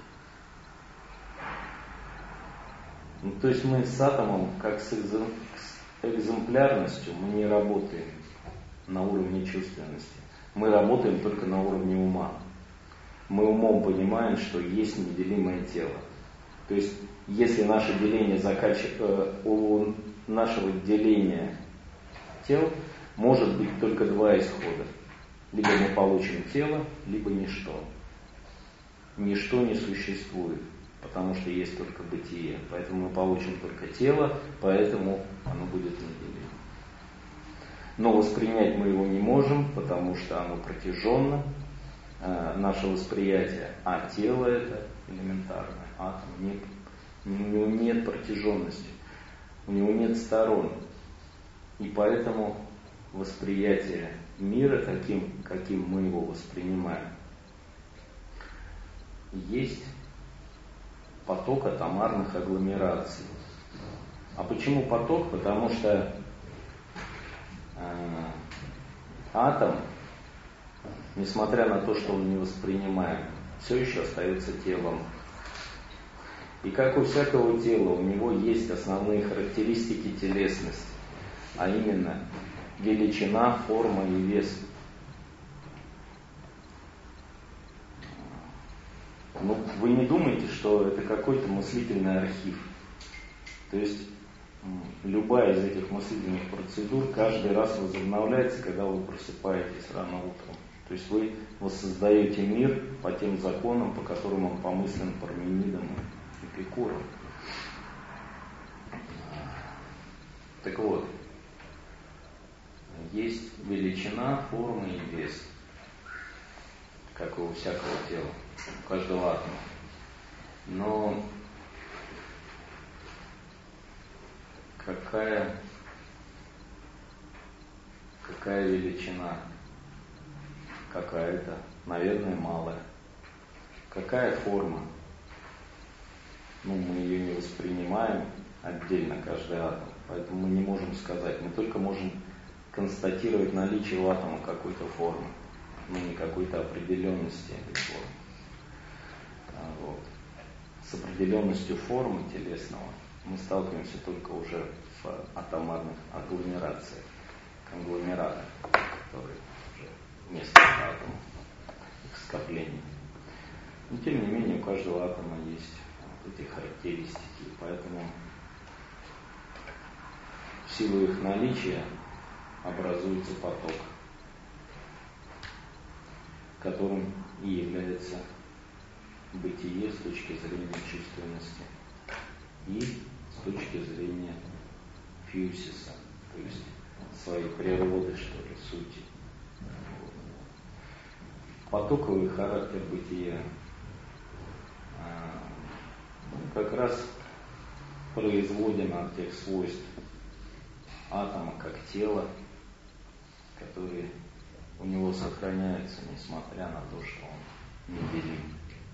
Ну, то есть мы с атомом, как с экземплярностью, мы не работаем на уровне чувственности. Мы работаем только на уровне ума. Мы умом понимаем, что есть неделимое тело. То есть, если наше деление заканчивается, у нашего деления тел может быть только два исхода. Либо мы получим тело, либо ничто. Ничто не существует, потому что есть только бытие. Поэтому мы получим только тело, поэтому оно будет неделимо. Но воспринять мы его не можем, потому что оно протяженно, э, наше восприятие. А тело это элементарное, атом. Нет, у него нет протяженности, у него нет сторон. И поэтому восприятие мира таким, каким мы его воспринимаем, есть поток атомарных агломераций. А почему поток? Потому что э, атом, несмотря на то, что он не воспринимаем, все еще остается телом. И как у всякого тела, у него есть основные характеристики телесности, а именно величина, форма и вес. Ну, вы не думаете, что это какой-то мыслительный архив. То есть любая из этих мыслительных процедур каждый раз возобновляется, когда вы просыпаетесь рано утром. То есть вы воссоздаете мир по тем законам, по которым он помыслен Парменидом и Эпикуром. Так вот, есть величина, форма и вес, как и у всякого тела, у каждого атома. Но какая, какая величина? Какая-то, наверное, малая. Какая форма? Ну, мы ее не воспринимаем отдельно, каждый атом, поэтому мы не можем сказать. Мы только можем констатировать наличие у атома какой-то формы, но не какой-то определенности этой формы. А вот. С определенностью формы телесного мы сталкиваемся только уже в атомарных агломерациях, конгломератах, которые уже несколько атомов, их скоплений. Но тем не менее у каждого атома есть вот эти характеристики, и поэтому в силу их наличия образуется поток, которым и является бытие с точки зрения чувственности и с точки зрения фьюсиса, то есть своей природы, что ли, сути. Потоковый характер бытия как раз производен от тех свойств атома как тела, которые у него сохраняются, несмотря на то, что он неделим.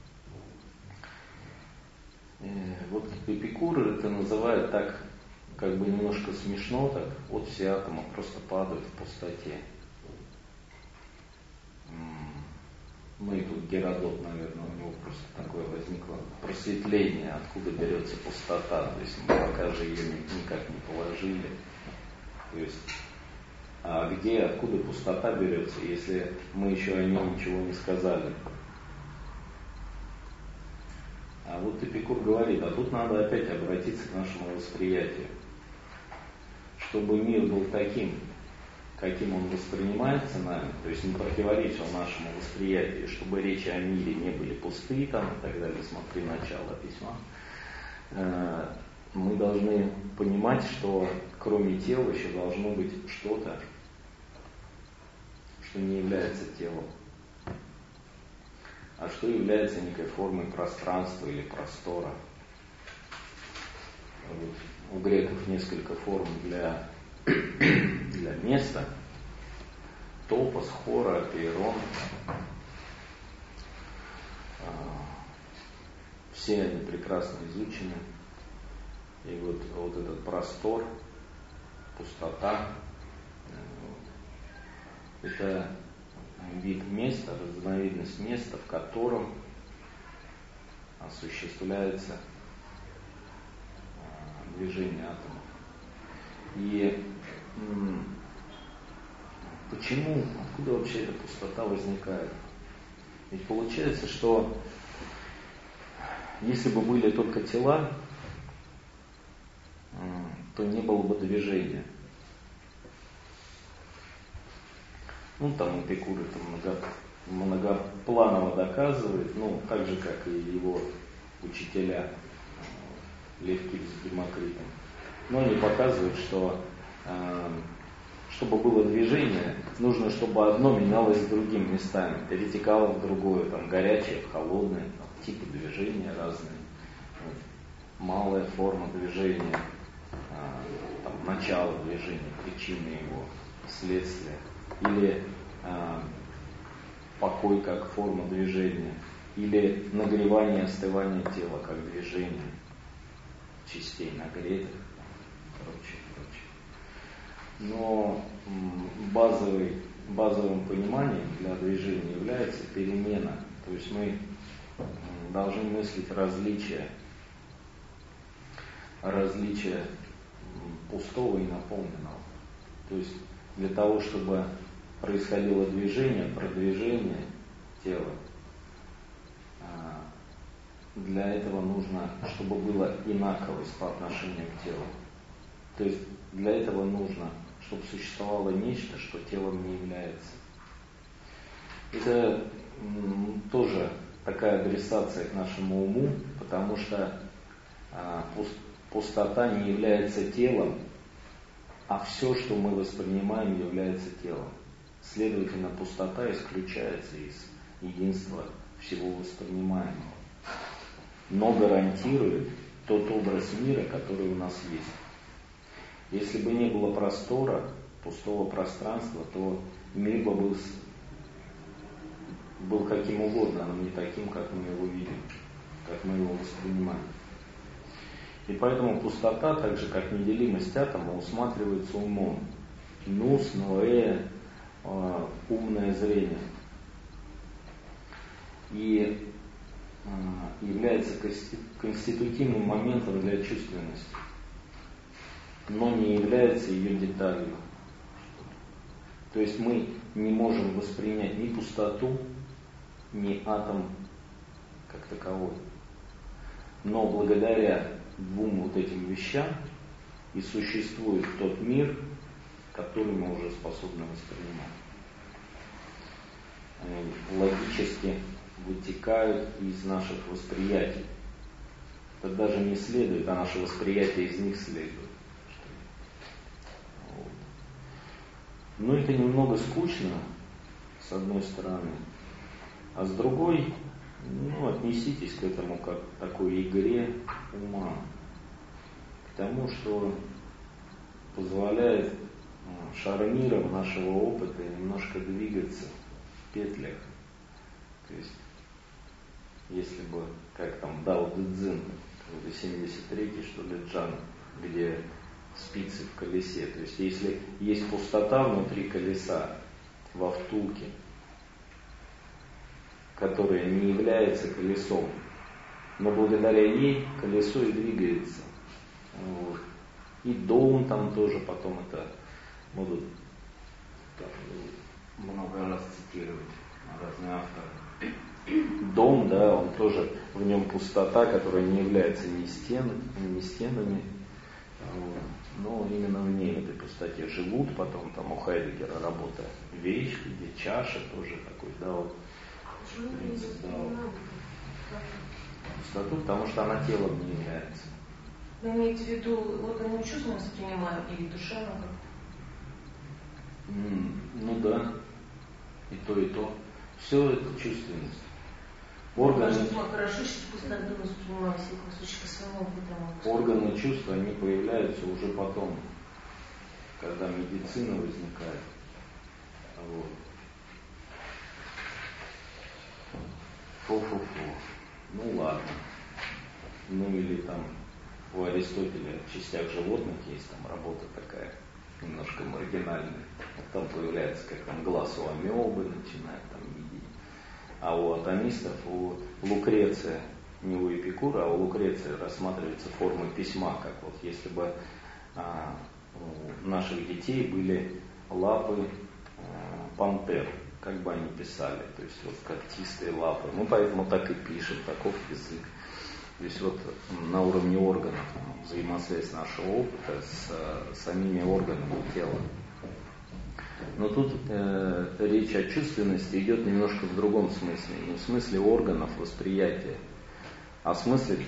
Вот Эпикур это называет так, как бы немножко смешно, так, вот все атомы просто падают в пустоте. Ну и тут Геродот, наверное, у него просто такое возникло просветление, откуда берется пустота. То есть мы пока же ее никак не положили. То есть, а где, откуда пустота берется, если мы еще о ней ничего не сказали? А вот Эпикур говорит, а тут надо опять обратиться к нашему восприятию. Чтобы мир был таким, каким он воспринимается нами, то есть не противоречил нашему восприятию, чтобы речи о мире не были пустые там и так далее, смотри начало письма, мы должны понимать, что кроме тела еще должно быть что-то, что не является телом, а что является некой формой пространства или простора. Вот у греков несколько форм для, для места. Топос, хора, апейрон. Все они прекрасно изучены. И вот, вот этот простор, пустота, это вид места, разновидность места, в котором осуществляется движение атомов. И почему, откуда вообще эта пустота возникает? Ведь получается, что Если бы были только тела, то не было бы движения. Ну, там Эпикур это много, многопланово доказывает, ну, так же, как и его учителя Лев Кирилл с Демокритом. Но они показывают, что э, чтобы было движение, нужно, чтобы одно менялось с другим местами, перетекало в другое, там, горячее, холодное, там, типы движения разные, вот, малая форма движения, э, там, начало движения, причины его, следствия, или э, покой как форма движения, или нагревание, остывание тела как движение, частей нагретых, прочее, прочее. Но базовый, базовым пониманием для движения является перемена. То есть мы должны мыслить различия, различия пустого и наполненного. То есть для того, чтобы происходило движение, продвижение тела, для этого нужно, чтобы была инаковость по отношению к телу. То есть для этого нужно, чтобы существовало нечто, что телом не является. Это м, тоже такая адресация к нашему уму, потому что а, пустота не является телом, а все, что мы воспринимаем, является телом. Следовательно, пустота исключается из единства всего воспринимаемого, но гарантирует тот образ мира, который у нас есть. Если бы не было простора, пустого пространства, то мир бы был, был каким угодно, но не таким, как мы его видим, как мы его воспринимаем. И поэтому пустота, так же как неделимость атома, усматривается умом. Нус, ноэ, э, умное зрение. И является конститутивным моментом для чувственности, но не является ее деталью. То есть мы не можем воспринять ни пустоту, ни атом как таковой. Но благодаря двум вот этим вещам и существует тот мир, который мы уже способны воспринимать. Логически вытекают из наших восприятий. Это даже не следует, а наше восприятие из них следует. Вот. Но это немного скучно, с одной стороны, а с другой, ну, отнеситесь к этому как к такой игре ума, к тому, что позволяет шарнирам нашего опыта немножко двигаться в петлях. То есть, если бы, как там, Дао Дэ Цзин, семьдесят третий, что ли, джан, где спицы в колесе. То есть, если есть пустота внутри колеса, во втулке, которая не является колесом, но благодаря ей колесо и двигается. Вот. И дом там тоже потом это будут так, много раз цитировать разные авторы. Дом, да, он тоже, в нем пустота, которая не является ни, стен, ни стенами, вот. Но именно в ней, в этой пустоте живут, потом там у Хайдеггера работа вещь, где чаша тоже такой, да, вот, принцип, да, вот. Пустоту, потому что она телом не является. Вы имеете в виду, вот мы чувственно воспринимаем или душевно как-то? Mm, ну да, и то, и то. Все это чувственность. Органы, хорошо, сейчас пустота воспринимаем в всяком случае по своему опыту. Органы чувств, они появляются уже потом, когда медицина возникает. Вот. Фу-фу-фу. Ну ладно. Ну или там у Аристотеля в частях животных есть там работа такая, немножко маргинальная. Там появляется, как там глаз у амебы начинает там видеть. А у атомистов, у Лукреция, не у Эпикура, а у Лукреция рассматривается форма письма, как вот если бы а, у наших детей были лапы а, пантер, как бы они писали, то есть вот когтистые лапы. Ну поэтому так и пишем, таков язык. То есть вот на уровне органов, взаимосвязь нашего опыта с э, самими органами тела. Но тут э, речь о чувственности идет немножко в другом смысле. Не в смысле органов восприятия, а в смысле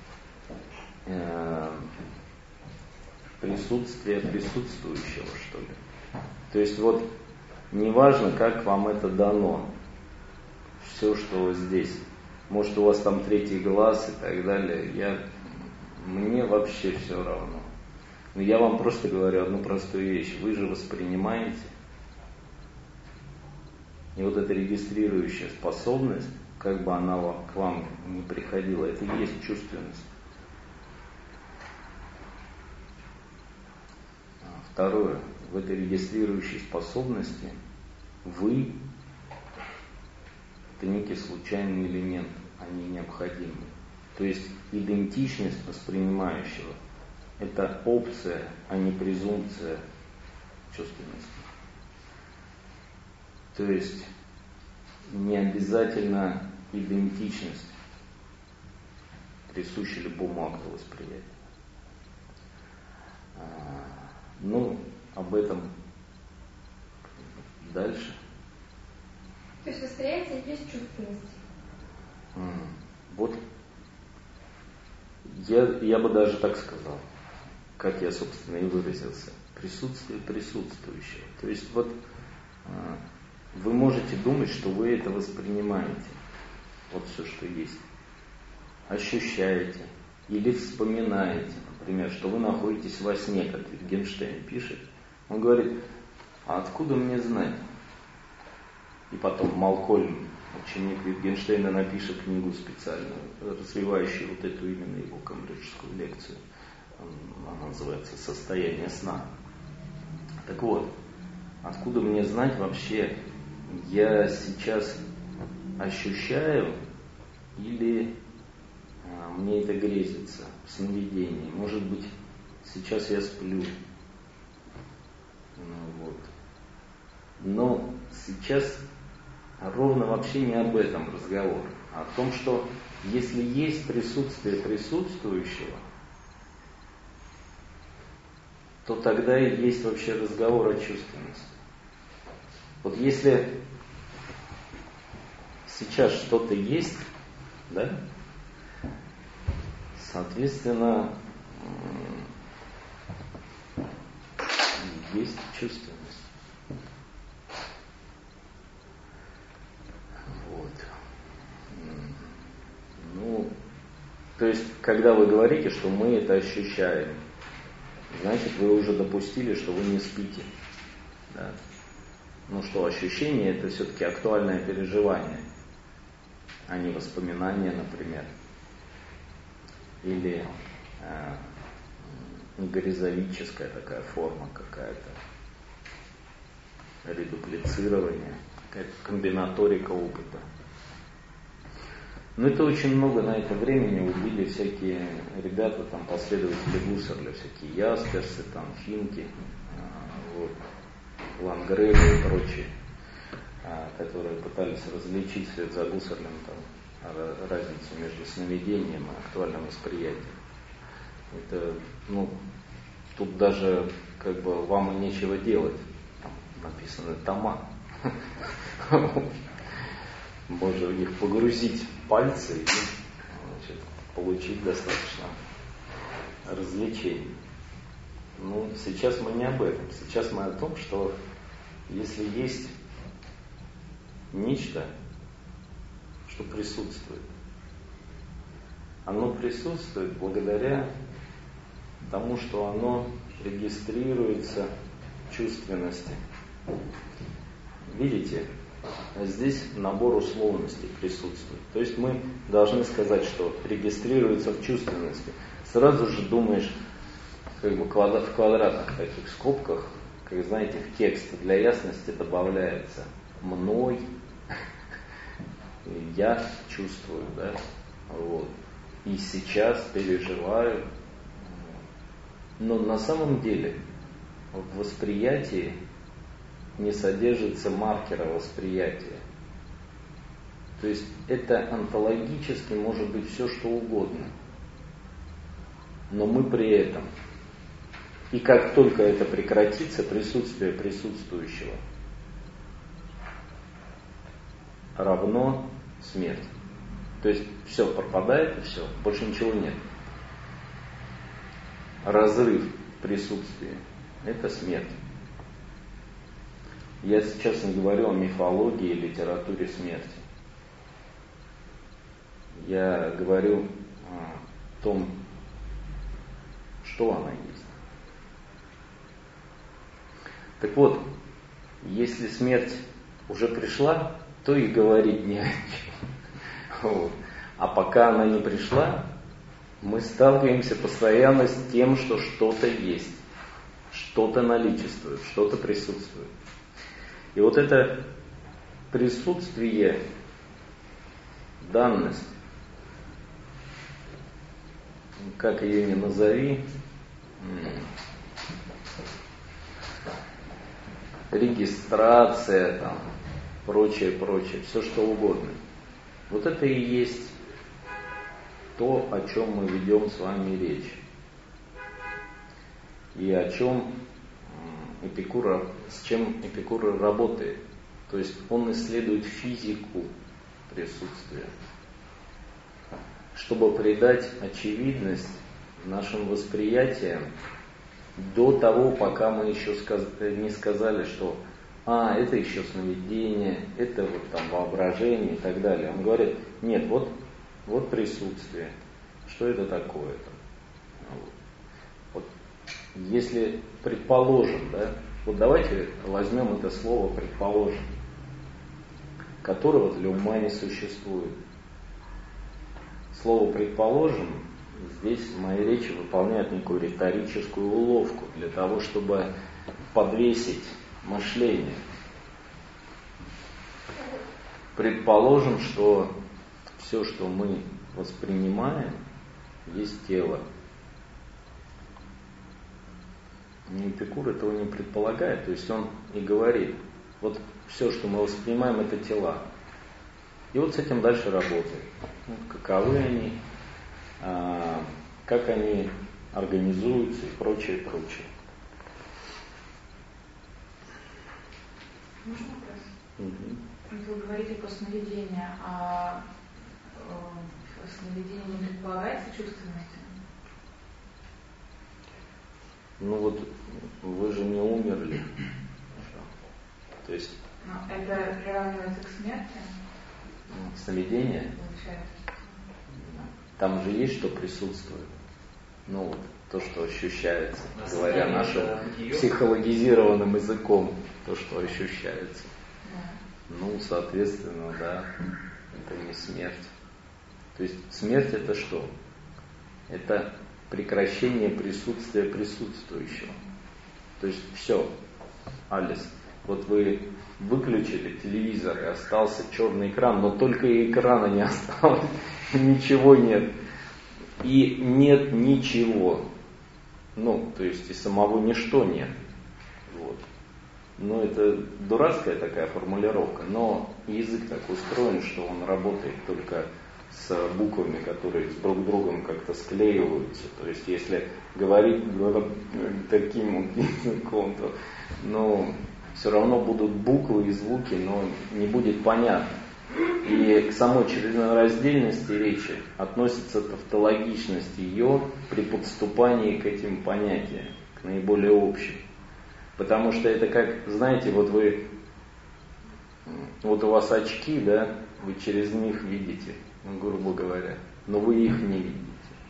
э, присутствия присутствующего, что ли. То есть вот неважно, как вам это дано, все, что здесь. Может, у вас там третий глаз и так далее. Я, мне вообще все равно. Но я вам просто говорю одну простую вещь. Вы же воспринимаете. И вот эта регистрирующая способность, как бы она к вам не приходила, это и есть чувственность. Второе. В этой регистрирующей способности вы это некий случайный элемент, а не необходимый. То есть идентичность воспринимающего – это опция, а не презумпция чувственности. То есть не обязательно идентичность присуща любому акту восприятия. Ну, об этом дальше. То есть восприятие есть чувственность. Вот я, я бы даже так сказал, как я, собственно, и выразился. Присутствие присутствующего. То есть вот вы можете думать, что вы это воспринимаете. Вот все, что есть. Ощущаете. Или вспоминаете, например, что вы находитесь во сне, как Wittgenstein пишет. Он говорит, а откуда мне знать? И потом Малкольм, ученик Wittgensteina, напишет книгу специальную, развивающую вот эту именно его камбриджскую лекцию. Она называется «Состояние сна». Так вот, откуда мне знать вообще, я сейчас ощущаю или а, мне это грезится в сновидении? Может быть, сейчас я сплю. Ну, вот. Но сейчас ровно вообще не об этом разговор, а о том, что если есть присутствие присутствующего, то тогда и есть вообще разговор о чувственности. Вот если сейчас что-то есть, да, соответственно, есть чувственность. Вот. Ну, то есть, когда вы говорите, что мы это ощущаем, значит, вы уже допустили, что вы не спите. Да? Ну что, ощущение это все-таки актуальное переживание, а не воспоминание, например. Или э, горизовическая такая форма какая-то, редуплицирование, какая-то комбинаторика опыта. Но это очень много на это времени убили всякие ребята, там, последователи Гуссерля, всякие Ясперсы, там, Финки, вот, Лангрелли и прочие, которые пытались различить вслед за Гуссерлем там, разницу между сновидением и актуальным восприятием. Это, ну, тут даже как бы вам и нечего делать. Там написаны тома. Можно в них погрузить пальцы и, значит, получить достаточно развлечений. Ну, сейчас мы не об этом. Сейчас мы о том, что если есть нечто, что присутствует, оно присутствует благодаря тому, что оно регистрируется чувственности. Видите? А здесь набор условностей присутствует. То есть мы должны сказать, что регистрируется в чувственности. Сразу же думаешь, как бы в квадратных таких скобках, как знаете, в текст для ясности добавляется мной, я чувствую, да, вот, и сейчас переживаю. Но на самом деле в восприятии не содержится маркера восприятия. То есть это онтологически может быть все, что угодно. Но мы при этом. И как только это прекратится, присутствие присутствующего равно смерть. То есть все пропадает и все, больше ничего нет. Разрыв присутствия – это смерть. Я сейчас не говорю о мифологии и литературе смерти. Я говорю о том, что она есть. Так вот, если смерть уже пришла, то и говорить не о чем. Вот. А пока она не пришла, мы сталкиваемся постоянно с тем, что что-то есть, что-то наличествует, что-то присутствует. И вот это присутствие, данность, как ее ни назови, регистрация, там, прочее, прочее, все что угодно. Вот это и есть то, о чем мы ведем с вами речь. И о чем Эпикур, с чем Эпикур работает. То есть он исследует физику присутствия, чтобы придать очевидность нашим восприятиям до того, пока мы еще не сказали, что а, это еще сновидение, это вот там воображение и так далее. Он говорит, нет, вот, вот присутствие. Что это такое-то? Вот. Вот. Если предположим, да, вот давайте возьмем это слово предположим, которого для ума не существует. Слово предположим здесь в моей речи выполняет некую риторическую уловку для того, чтобы подвесить мышление. Предположим, что все, что мы воспринимаем, есть тело. Эпикур этого не предполагает, то есть он и говорит, вот все, что мы воспринимаем, это тела. И вот с этим дальше работает. Ну, каковы они, а, как они организуются и прочее, прочее. Можно вопрос? Угу. Вы говорите про сновидение, а э, в сновидении не предполагается чувственность? Ну вот вы же не умерли. То есть. Но это приравнивается к смерти? Сновидение? Получается. Там же есть что присутствует. Ну вот то, что ощущается, На говоря нашим это психологизированным языком, то, что ощущается. Да. Ну, соответственно, да, это не смерть. То есть смерть это что? Это прекращение присутствия присутствующего. То есть все, Алис, вот вы выключили телевизор и остался черный экран, но только и экрана не осталось, ничего нет. И нет ничего. Ну, то есть и самого ничто нет. Вот. Ну, это дурацкая такая формулировка, но язык так устроен, что он работает только с буквами, которые с друг другом как-то склеиваются. То есть, если говорить таким языком, то ну, все равно будут буквы и звуки, но не будет понятно. И к самой членораздельности речи относится тавтологичность ее при подступании к этим понятиям, к наиболее общим. Потому что это как, знаете, вот вы, вот у вас очки, да, вы через них видите, ну, грубо говоря, но вы их не видите.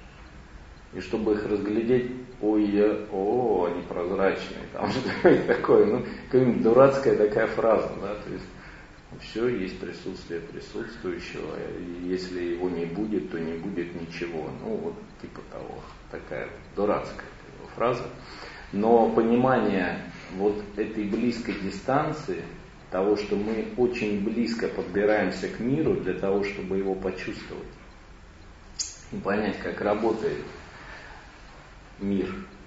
И чтобы их разглядеть, ой, я, о, они прозрачные, там что-нибудь такое, ну, какая-нибудь дурацкая такая фраза, да, то есть все есть присутствие присутствующего, и если его не будет, то не будет ничего, ну, вот типа того, такая дурацкая фраза. Но понимание вот этой близкой дистанции, того, что мы очень близко подбираемся к миру для того, чтобы его почувствовать и понять, как работает мир.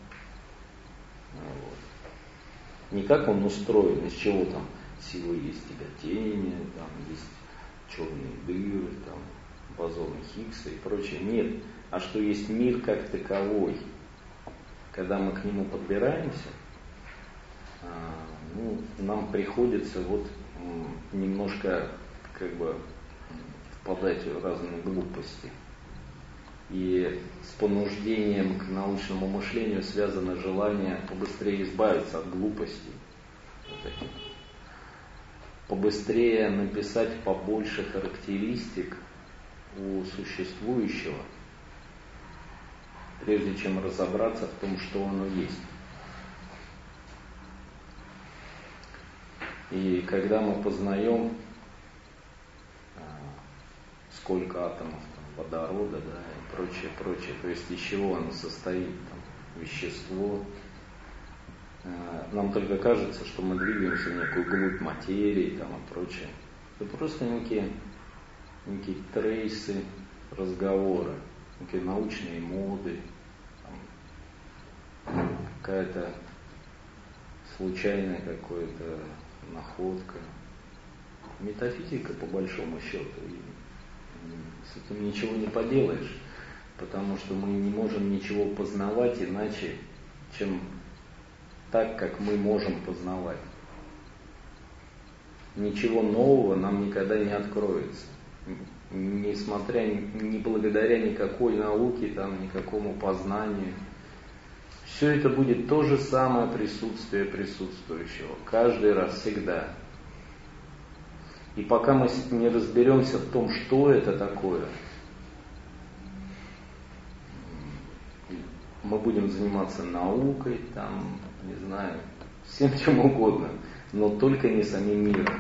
Вот. Не как он устроен, из чего там силы есть тяготение, там есть черные дыры, там, бозоны Хиггса и прочее. Нет. А что есть мир как таковой. Когда мы к нему подбираемся, ну, нам приходится вот немножко как бы впадать в разные глупости. И с понуждением к научному мышлению связано желание побыстрее избавиться от глупостей. Вот этих. Побыстрее написать побольше характеристик у существующего, прежде чем разобраться в том, что оно есть. И когда мы познаем, сколько атомов там, водорода, да, и прочее, прочее, то есть из чего оно состоит, там, вещество, нам только кажется, что мы двигаемся в некую глубь материи там, и прочее. Это просто некие, некие трейсы разговора, некие научные моды, там, какая-то случайная какая-то находка. Метафизика, по большому счету. И с этим ничего не поделаешь, потому что мы не можем ничего познавать иначе, чем так, как мы можем познавать. Ничего нового нам никогда не откроется. Несмотря, не благодаря никакой науке, там, никакому познанию. Все это будет то же самое присутствие присутствующего. Каждый раз, всегда. И пока мы не разберемся в том, что это такое, мы будем заниматься наукой, там, не знаю, всем чем угодно, но только не самим миром.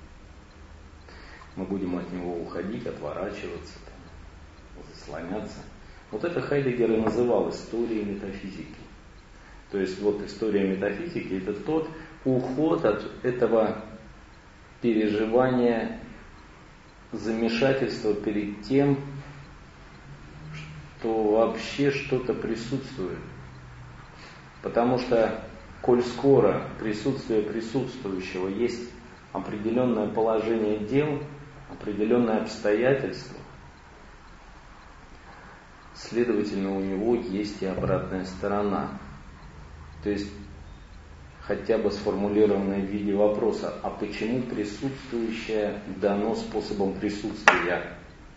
Мы будем от него уходить, отворачиваться, там, заслоняться. Вот это Хайдеггер и называл историей метафизики. То есть вот история метафизики — это тот уход от этого переживания замешательства перед тем, что вообще что-то присутствует. Потому что, коль скоро присутствие присутствующего есть определенное положение дел, определенное обстоятельство, следовательно, у него есть и обратная сторона. То есть, хотя бы сформулированное в виде вопроса, а почему присутствующее дано способом присутствия?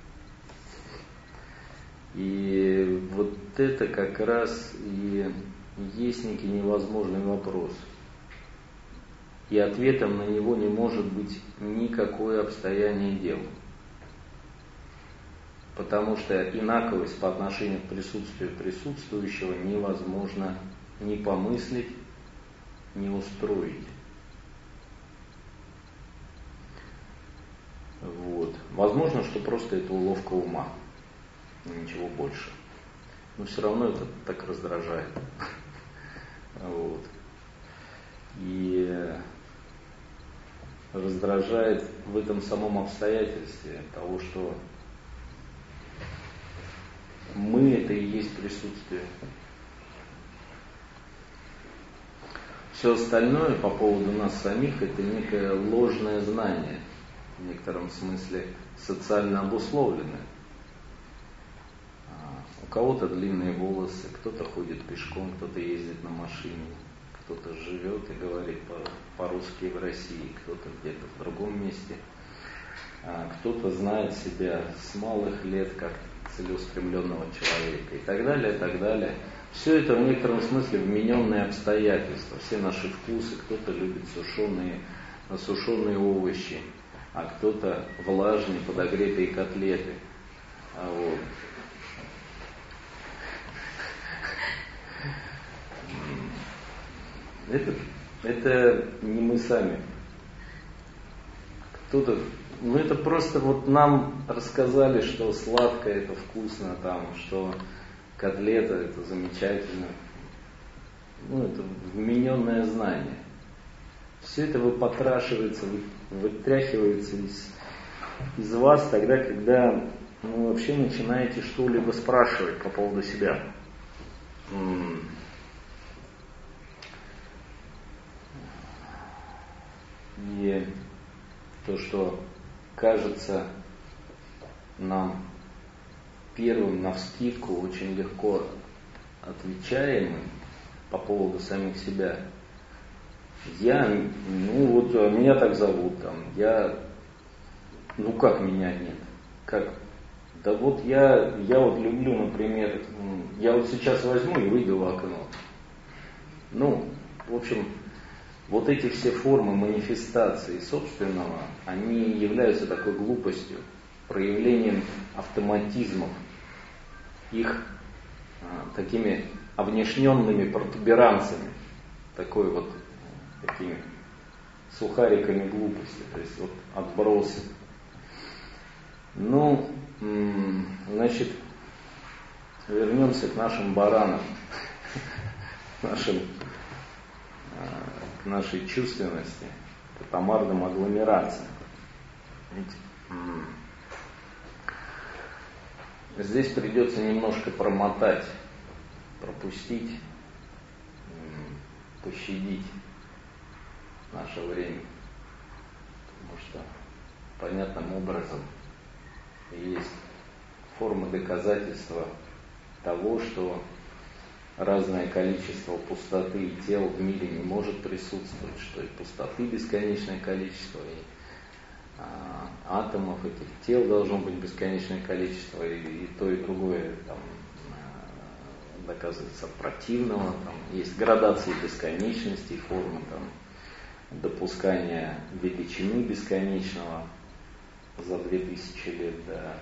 И вот это как раз и есть некий невозможный вопрос. И ответом на него не может быть никакое обстояние дел. Потому что инаковость по отношению к присутствию присутствующего невозможно ни помыслить, ни устроить. Вот. Возможно, что просто это уловка ума. Ничего больше. Но все равно это так раздражает. Вот. И раздражает в этом самом обстоятельстве того, что мы — это и есть присутствие. Все остальное по поводу нас самих — это некое ложное знание, в некотором смысле социально обусловленное. У кого-то длинные волосы, кто-то ходит пешком, кто-то ездит на машине, кто-то живет и говорит по-русски в России, кто-то где-то в другом месте. Кто-то знает себя с малых лет как целеустремленного человека и так далее, и так далее. Все это в некотором смысле вмененные обстоятельства. Все наши вкусы, кто-то любит сушеные, сушеные овощи, а кто-то влажные подогретые котлеты. Вот. Это, это не мы сами. Кто-то, ну это просто вот нам рассказали, что сладкое это вкусно, там, что котлета это замечательно. Ну это вмененное знание. Все это выпотрашивается, вытряхивается из, из вас тогда, когда ну, вообще начинаете что-либо спрашивать по поводу себя. И то, что кажется нам первым навскидку очень легко отвечаемый по поводу самих себя. Я, ну вот меня так зовут, там, я, ну как меня нет? Как? Да вот я, я вот люблю, например, я вот сейчас возьму и выйду в окно. Ну, в общем, вот эти все формы манифестации собственного, они являются такой глупостью, проявлением автоматизмов, их а, такими овнешненными протуберанцами, такой вот такими сухариками глупости, то есть вот отбросы. Ну, значит, вернемся к нашим баранам, нашим, к нашей чувственности, к атомарным агломерациям. Здесь придется немножко промотать, пропустить, пощадить наше время, потому что понятным образом есть формы доказательства того, что разное количество пустоты и тел в мире не может присутствовать, что и пустоты бесконечное количество, и а, атомов этих тел должно быть бесконечное количество, и, и то, и другое там, доказывается противного. Там, есть градации бесконечности, формы там, допускания величины бесконечного за две тысячи лет до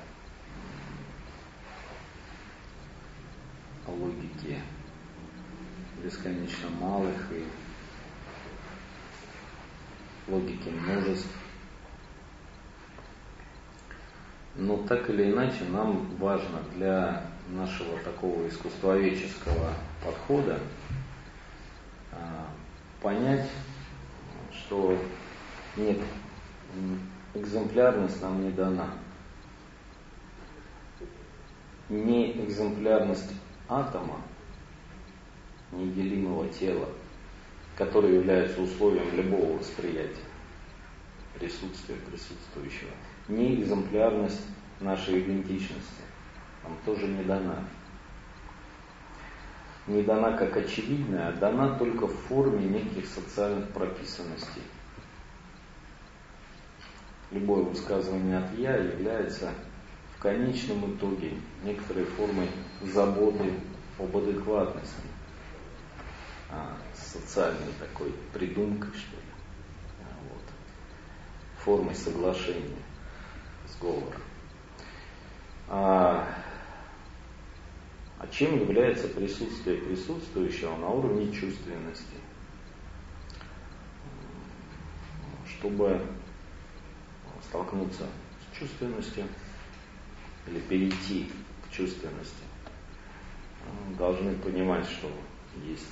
логики бесконечно малых и логики множеств. Но так или иначе нам важно для нашего такого искусствоведческого подхода а, понять, что нет, экземплярность нам не дана. Не экземплярность атома, неделимого тела, которое является условием любого восприятия, присутствия присутствующего, не экземплярность нашей идентичности нам тоже не дана. Не дана как очевидная, а дана только в форме неких социальных прописанностей. Любое высказывание от «я» является в конечном итоге некоторой формой заботы об адекватности, а, социальной такой придумкой, что ли, вот, формой соглашения, сговора. А, а чем является присутствие присутствующего на уровне чувственности? Чтобы столкнуться с чувственностью или перейти к чувственности, должны понимать, что есть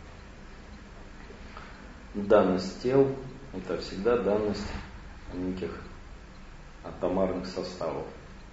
данность тел, это всегда данность неких атомарных составов.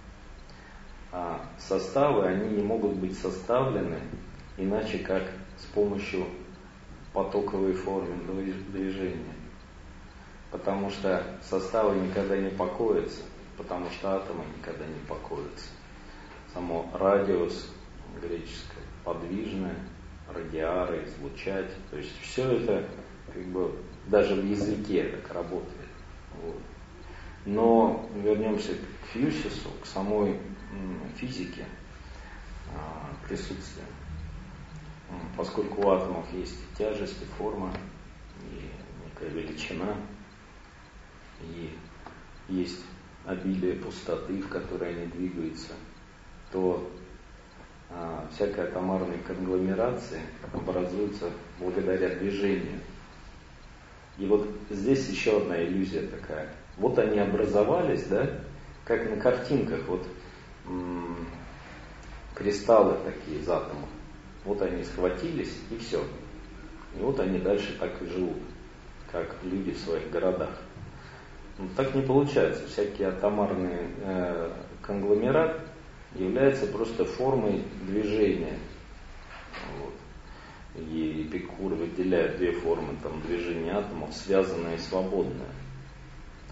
А составы, они не могут быть составлены иначе, как с помощью потоковой формы движения. Потому что составы никогда не покоятся, потому что атомы никогда не покоятся. Само радиус, греческое, подвижное, радиары, излучать, то есть все это как бы даже в языке так работает. Вот. Но вернемся к фьюсису, к самой физике присутствия. Поскольку у атомов есть тяжесть, и форма, и некая величина, и есть обилие пустоты, в которой они двигаются, то а, всякая атомарная конгломерация образуется благодаря движению. И вот здесь еще одна иллюзия такая. Вот они образовались, да, как на картинках, вот м- кристаллы такие из атомов. Вот они схватились, и все. И вот они дальше так и живут, как люди в своих городах. Но так не получается. Всякий атомарный э, конгломерат является просто формой движения. Вот. И Эпикур выделяет две формы там, движения атомов, связанное и свободное.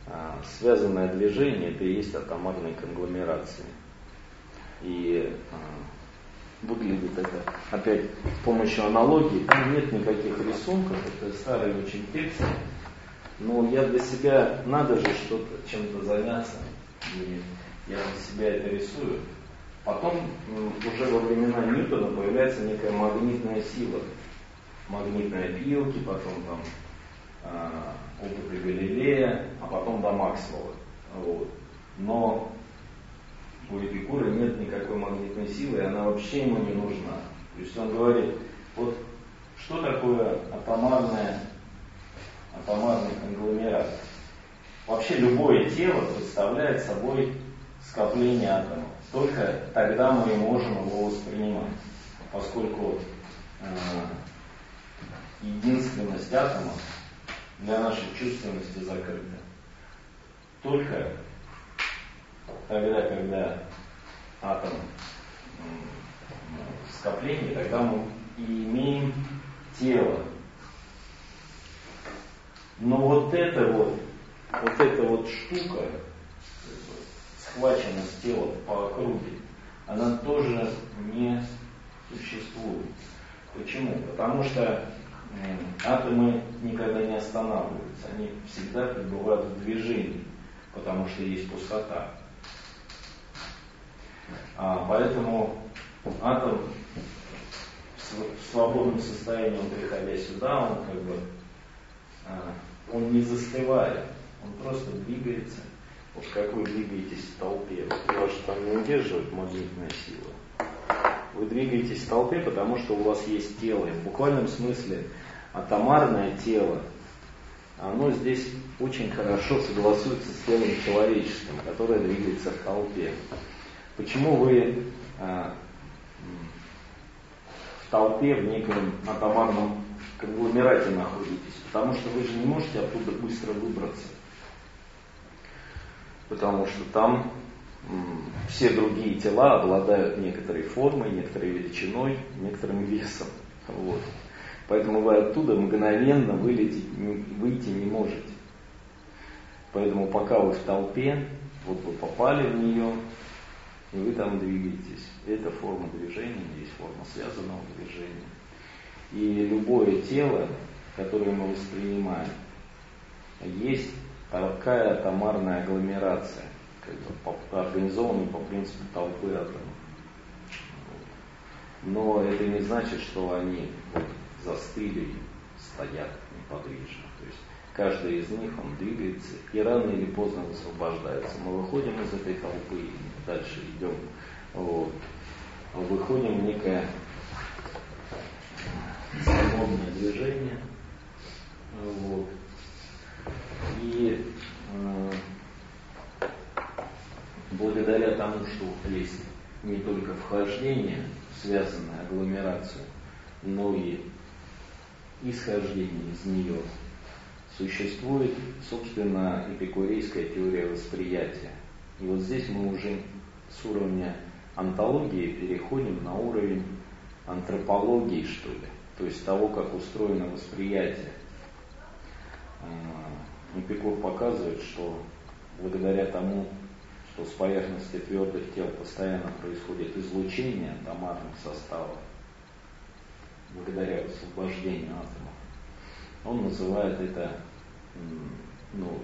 связанное движение — это и есть атомарные конгломерации. И выглядит это, опять, с помощью аналогии. Там нет никаких рисунков, это старый очень текст. Но я для себя, надо же что-то, чем-то заняться. И я для себя это рисую. Потом, уже во времена Ньютона, появляется некая магнитная сила. Магнитные пилки, потом там э, опыты Галилея, а потом до Максвелла. Вот. Но у Эпикура нет никакой магнитной силы, и она вообще ему не нужна. То есть он говорит, вот что такое атомарное, атомарный конгломерат? Вообще любое тело представляет собой скопление атомов. Только тогда мы и можем его воспринимать, поскольку э, единственность атомов для нашей чувственности закрыта. Только тогда, когда атом в скоплении, тогда мы и имеем тело. Но вот эта вот, вот эта вот штука, схваченность тела по округе, она тоже не существует. Почему? Потому что атомы никогда не останавливаются, они всегда пребывают в движении, потому что есть пустота. А поэтому атом в свободном состоянии, он, приходя сюда, он как бы он не застывает, он просто двигается. Вот как вы двигаетесь в толпе, вас там не удерживает магнитная сила. Вы двигаетесь в толпе, потому что у вас есть тело. И в буквальном смысле атомарное тело, оно здесь очень хорошо согласуется с телом человеческим, которое двигается в толпе. Почему вы а, в толпе, в неком атомарном конгломерате находитесь? Потому что вы же не можете оттуда быстро выбраться. Потому что там м, все другие тела обладают некоторой формой, некоторой величиной, некоторым весом. Вот. Поэтому вы оттуда мгновенно вылететь, выйти не можете. Поэтому пока вы в толпе, вот вы попали в нее, и вы там двигаетесь. Это форма движения, есть форма связанного движения. И любое тело, которое мы воспринимаем, есть такая атомарная агломерация, как бы организованная по принципу толпы атомов. Но это не значит, что они вот застыли, стоят неподвижно. То есть каждый из них, он двигается и рано или поздно высвобождается. Мы выходим из этой толпы и дальше идем. Вот. Выходим в некое свободное движение. Вот. И э, благодаря тому, что есть не только вхождение, связанное агломерацию, но и исхождение из нее, существует, собственно, эпикурейская теория восприятия. И вот здесь мы уже с уровня онтологии переходим на уровень антропологии, что ли, то есть того, как устроено восприятие. Эпикур показывает, что благодаря тому, что с поверхности твердых тел постоянно происходит излучение атомарных составов, благодаря освобождению атомов, он называет это, ну,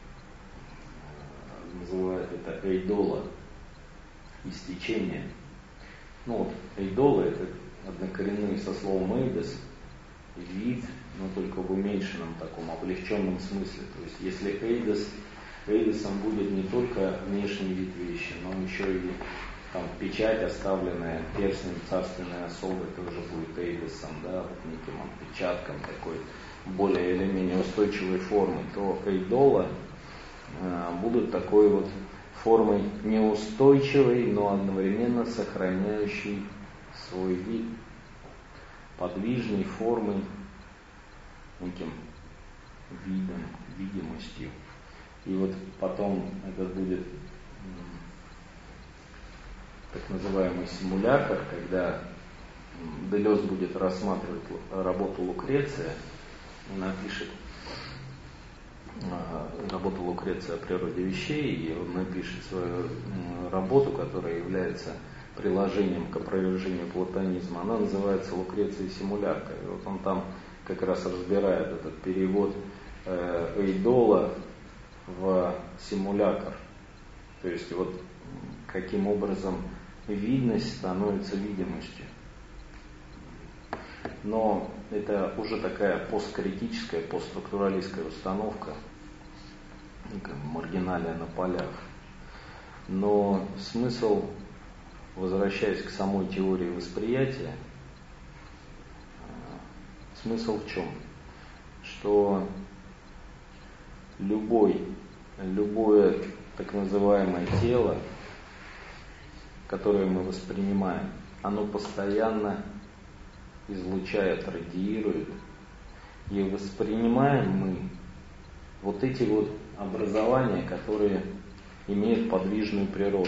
называет это эйдола, истечение. Ну вот, эйдола — это однокоренные со словом эйдос, вид, но только в уменьшенном таком облегченном смысле. То есть если эйдос, эйдосом будет не только внешний вид вещи, но еще и там печать, оставленная перстнем царственной особы, тоже будет эйдосом, да, вот неким отпечатком такой более или менее устойчивой формы, то эйдола э, будут такой вот формой неустойчивой, но одновременно сохраняющей свой вид, подвижной формой, неким видом, видимостью. И вот потом это будет так называемый симулятор, когда Делез будет рассматривать работу Лукреция и напишет работа Лукреция о природе вещей, и он напишет свою работу, которая является приложением к опровержению платонизма. Она называется «Лукреция симулярка». И вот он там как раз разбирает этот перевод эйдола в симулякр. То есть вот каким образом видность становится видимостью. Но это уже такая посткритическая, постструктуралистская установка, маргиналия на полях. Но смысл, возвращаясь к самой теории восприятия, смысл в чем? Что любой, любое так называемое тело, которое мы воспринимаем, оно постоянно излучает, радиирует, и воспринимаем мы вот эти вот образования, которые имеют подвижную природу.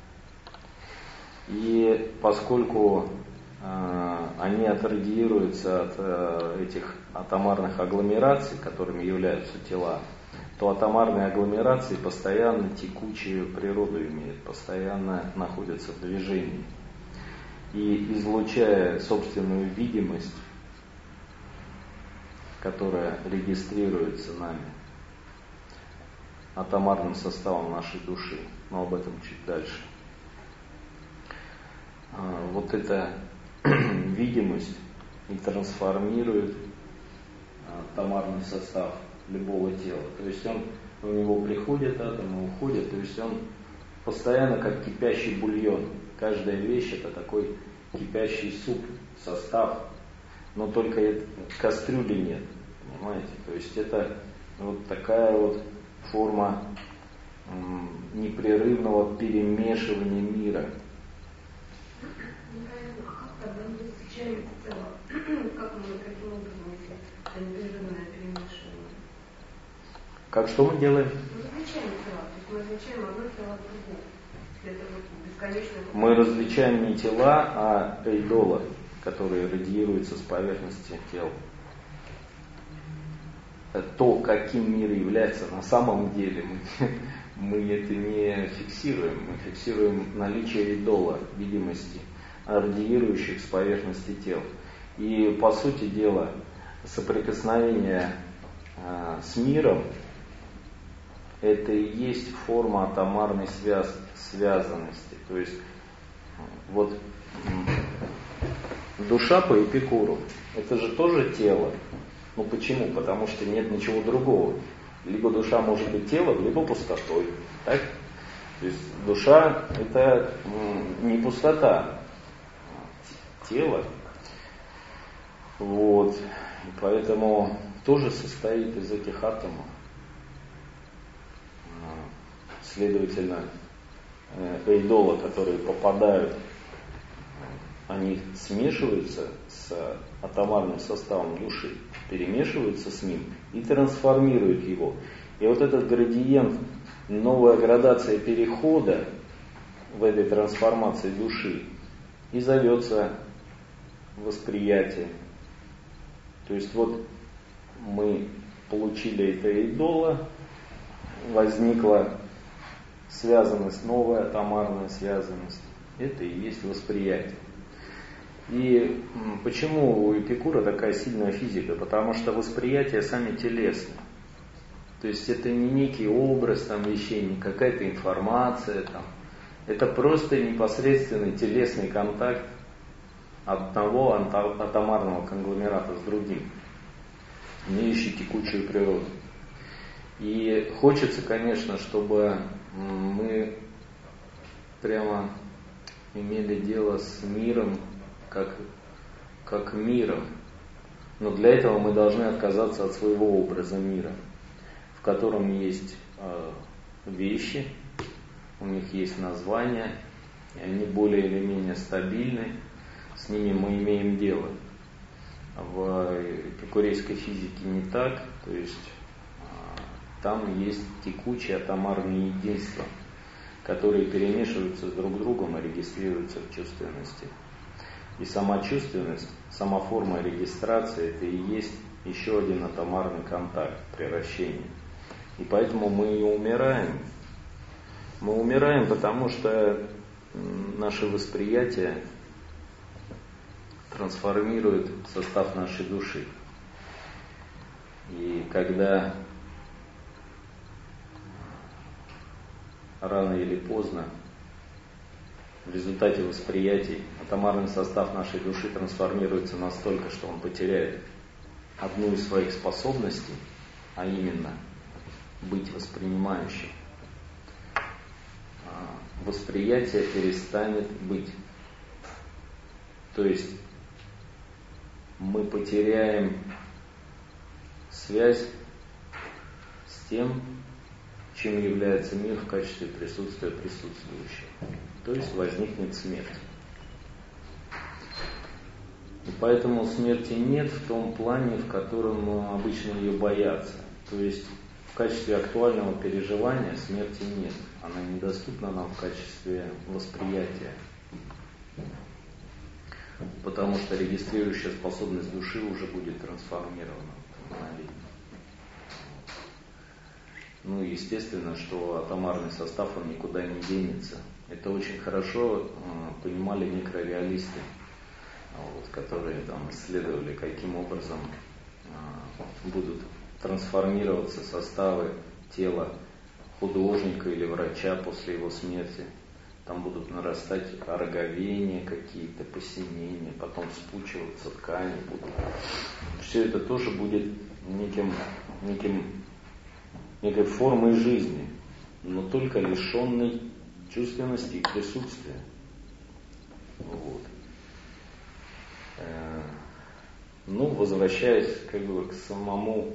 И поскольку э, они отрадиируются от э, этих атомарных агломераций, которыми являются тела, то атомарные агломерации постоянно текучую природу имеют, постоянно находятся в движении. И излучая собственную видимость, которая регистрируется нами, атомарным составом нашей души, но об этом чуть дальше, вот эта видимость и трансформирует атомарный состав любого тела. То есть он, у него приходит атом и уходит, то есть он постоянно как кипящий бульон. Каждая вещь это такой кипящий суп, состав, но только кастрюли нет, понимаете? То есть это вот такая вот форма м, непрерывного перемешивания мира. Когда мы встречаем тело, как мы, каким образом, если это непрерывное перемешивание? Как что мы делаем? Мы различаем тела, то есть мы различаем одно тело от другого. Это вот бесконечно. Мы различаем не тела, а эйдола, которые радиируются с поверхности тел. То, каким мир является на самом деле, мы, мы это не фиксируем. Мы фиксируем наличие эйдола, видимости, радиирующих с поверхности тел. И по сути дела, соприкосновение э, с миром это и есть форма атомарной связ, связанности. То есть вот душа по Эпикуру это же тоже тело. Ну почему? Потому что нет ничего другого. Либо душа может быть телом, либо пустотой. Так? То есть душа это не пустота, тело. Вот. И поэтому тоже состоит из этих атомов. Следовательно, эйдола, которые попадают, они смешиваются с атомарным составом души, перемешиваются с ним и трансформируют его. И вот этот градиент, новая градация перехода в этой трансформации души и зовется восприятие. То есть вот мы получили это эйдола, возникла связанность, новая атомарная связанность. Это и есть восприятие. И почему у Эпикура такая сильная физика? Потому что восприятия сами телесны. То есть это не некий образ там, вещей, не какая-то информация. Там. Это просто непосредственный телесный контакт одного атомарного конгломерата с другим, имеющий текучую природу. И хочется, конечно, чтобы мы прямо имели дело с миром, как, как миром. Но для этого мы должны отказаться от своего образа мира, в котором есть э, вещи, у них есть названия, и они более или менее стабильны, с ними мы имеем дело. В эпикурейской физике не так, то есть э, там есть текучие атомарные единства, которые перемешиваются с друг другом и регистрируются в чувственности. И сама чувственность, сама форма регистрации, это и есть еще один атомарный контакт, превращение. И поэтому мы и умираем. Мы умираем, потому что наше восприятие трансформирует состав нашей души. И когда рано или поздно в результате восприятий атомарный состав нашей души трансформируется настолько, что он потеряет одну из своих способностей, а именно быть воспринимающим, восприятие перестанет быть. То есть мы потеряем связь с тем, чем является мир в качестве присутствия присутствующего. То есть возникнет смерть. И поэтому смерти нет в том плане, в котором обычно ее боятся. То есть в качестве актуального переживания смерти нет. Она недоступна нам в качестве восприятия. Потому что регистрирующая способность души уже будет трансформирована в мгновение. Ну и естественно, что атомарный состав, он никуда не денется. Это очень хорошо э, понимали микрореалисты, вот, которые там исследовали, каким образом э, будут трансформироваться составы тела художника или врача после его смерти. Там будут нарастать ороговения какие-то, посинения, потом спучиваться ткани будут. Все это тоже будет неким, неким, некой формой жизни, но только лишенной чувственности и присутствия. Вот. Ну, возвращаясь как бы к самому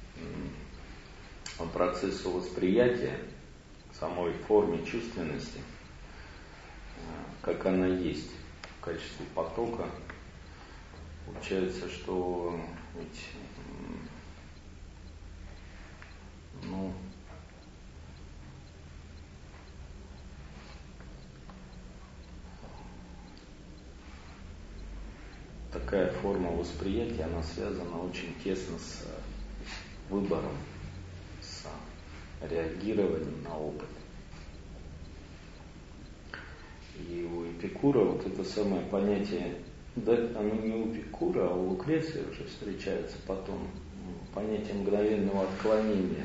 процессу восприятия, к самой форме чувственности, как она есть в качестве потока, получается, что ведь, ну, такая форма восприятия, она связана очень тесно с выбором, с реагированием на опыт. И у Эпикура вот это самое понятие, да, оно не у Эпикура, а у Лукреция уже встречается потом, понятие мгновенного отклонения,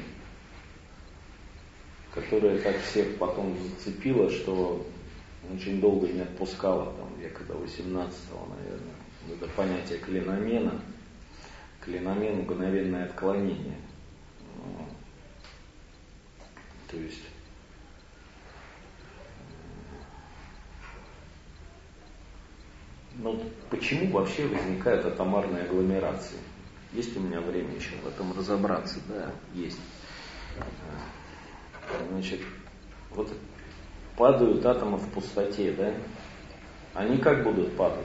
которое так всех потом зацепило, что очень долго не отпускало, там, века до восемнадцатого, наверное, это понятие клиномена. Клиномен — мгновенное отклонение. Ну, то есть ну, почему вообще возникают атомарные агломерации? Есть у меня время еще в этом разобраться? Да, есть. Значит, вот падают атомы в пустоте, да? Они как будут падать?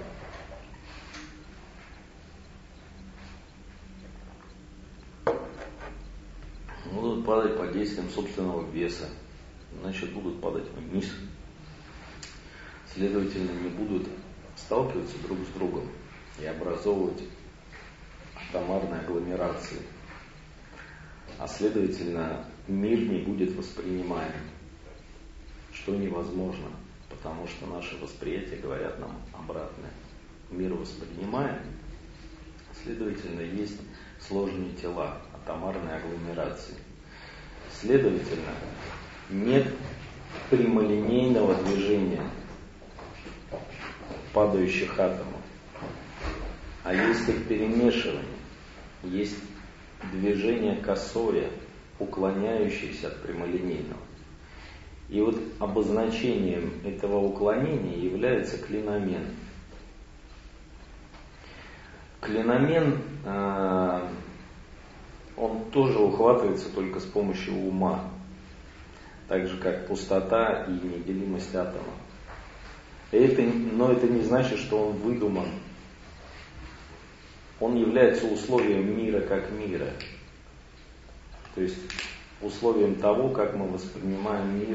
Будут падать под действием собственного веса. Значит, будут падать вниз. Следовательно, не будут сталкиваться друг с другом и образовывать атомарные агломерации. А следовательно, мир не будет воспринимаем, что невозможно, потому что наши восприятия говорят нам обратное. Мир воспринимаем, следовательно, есть сложные тела, атомарные агломерации. Следовательно, нет прямолинейного движения падающих атомов, а есть их перемешивание, есть движение косое, уклоняющееся от прямолинейного. И вот обозначением этого уклонения является клиномен. Клиномен, э, он тоже ухватывается только с помощью ума, так же как пустота и неделимость атома. Это, но это не значит, что он выдуман. Он является условием мира как мира. То есть условием того, как мы воспринимаем мир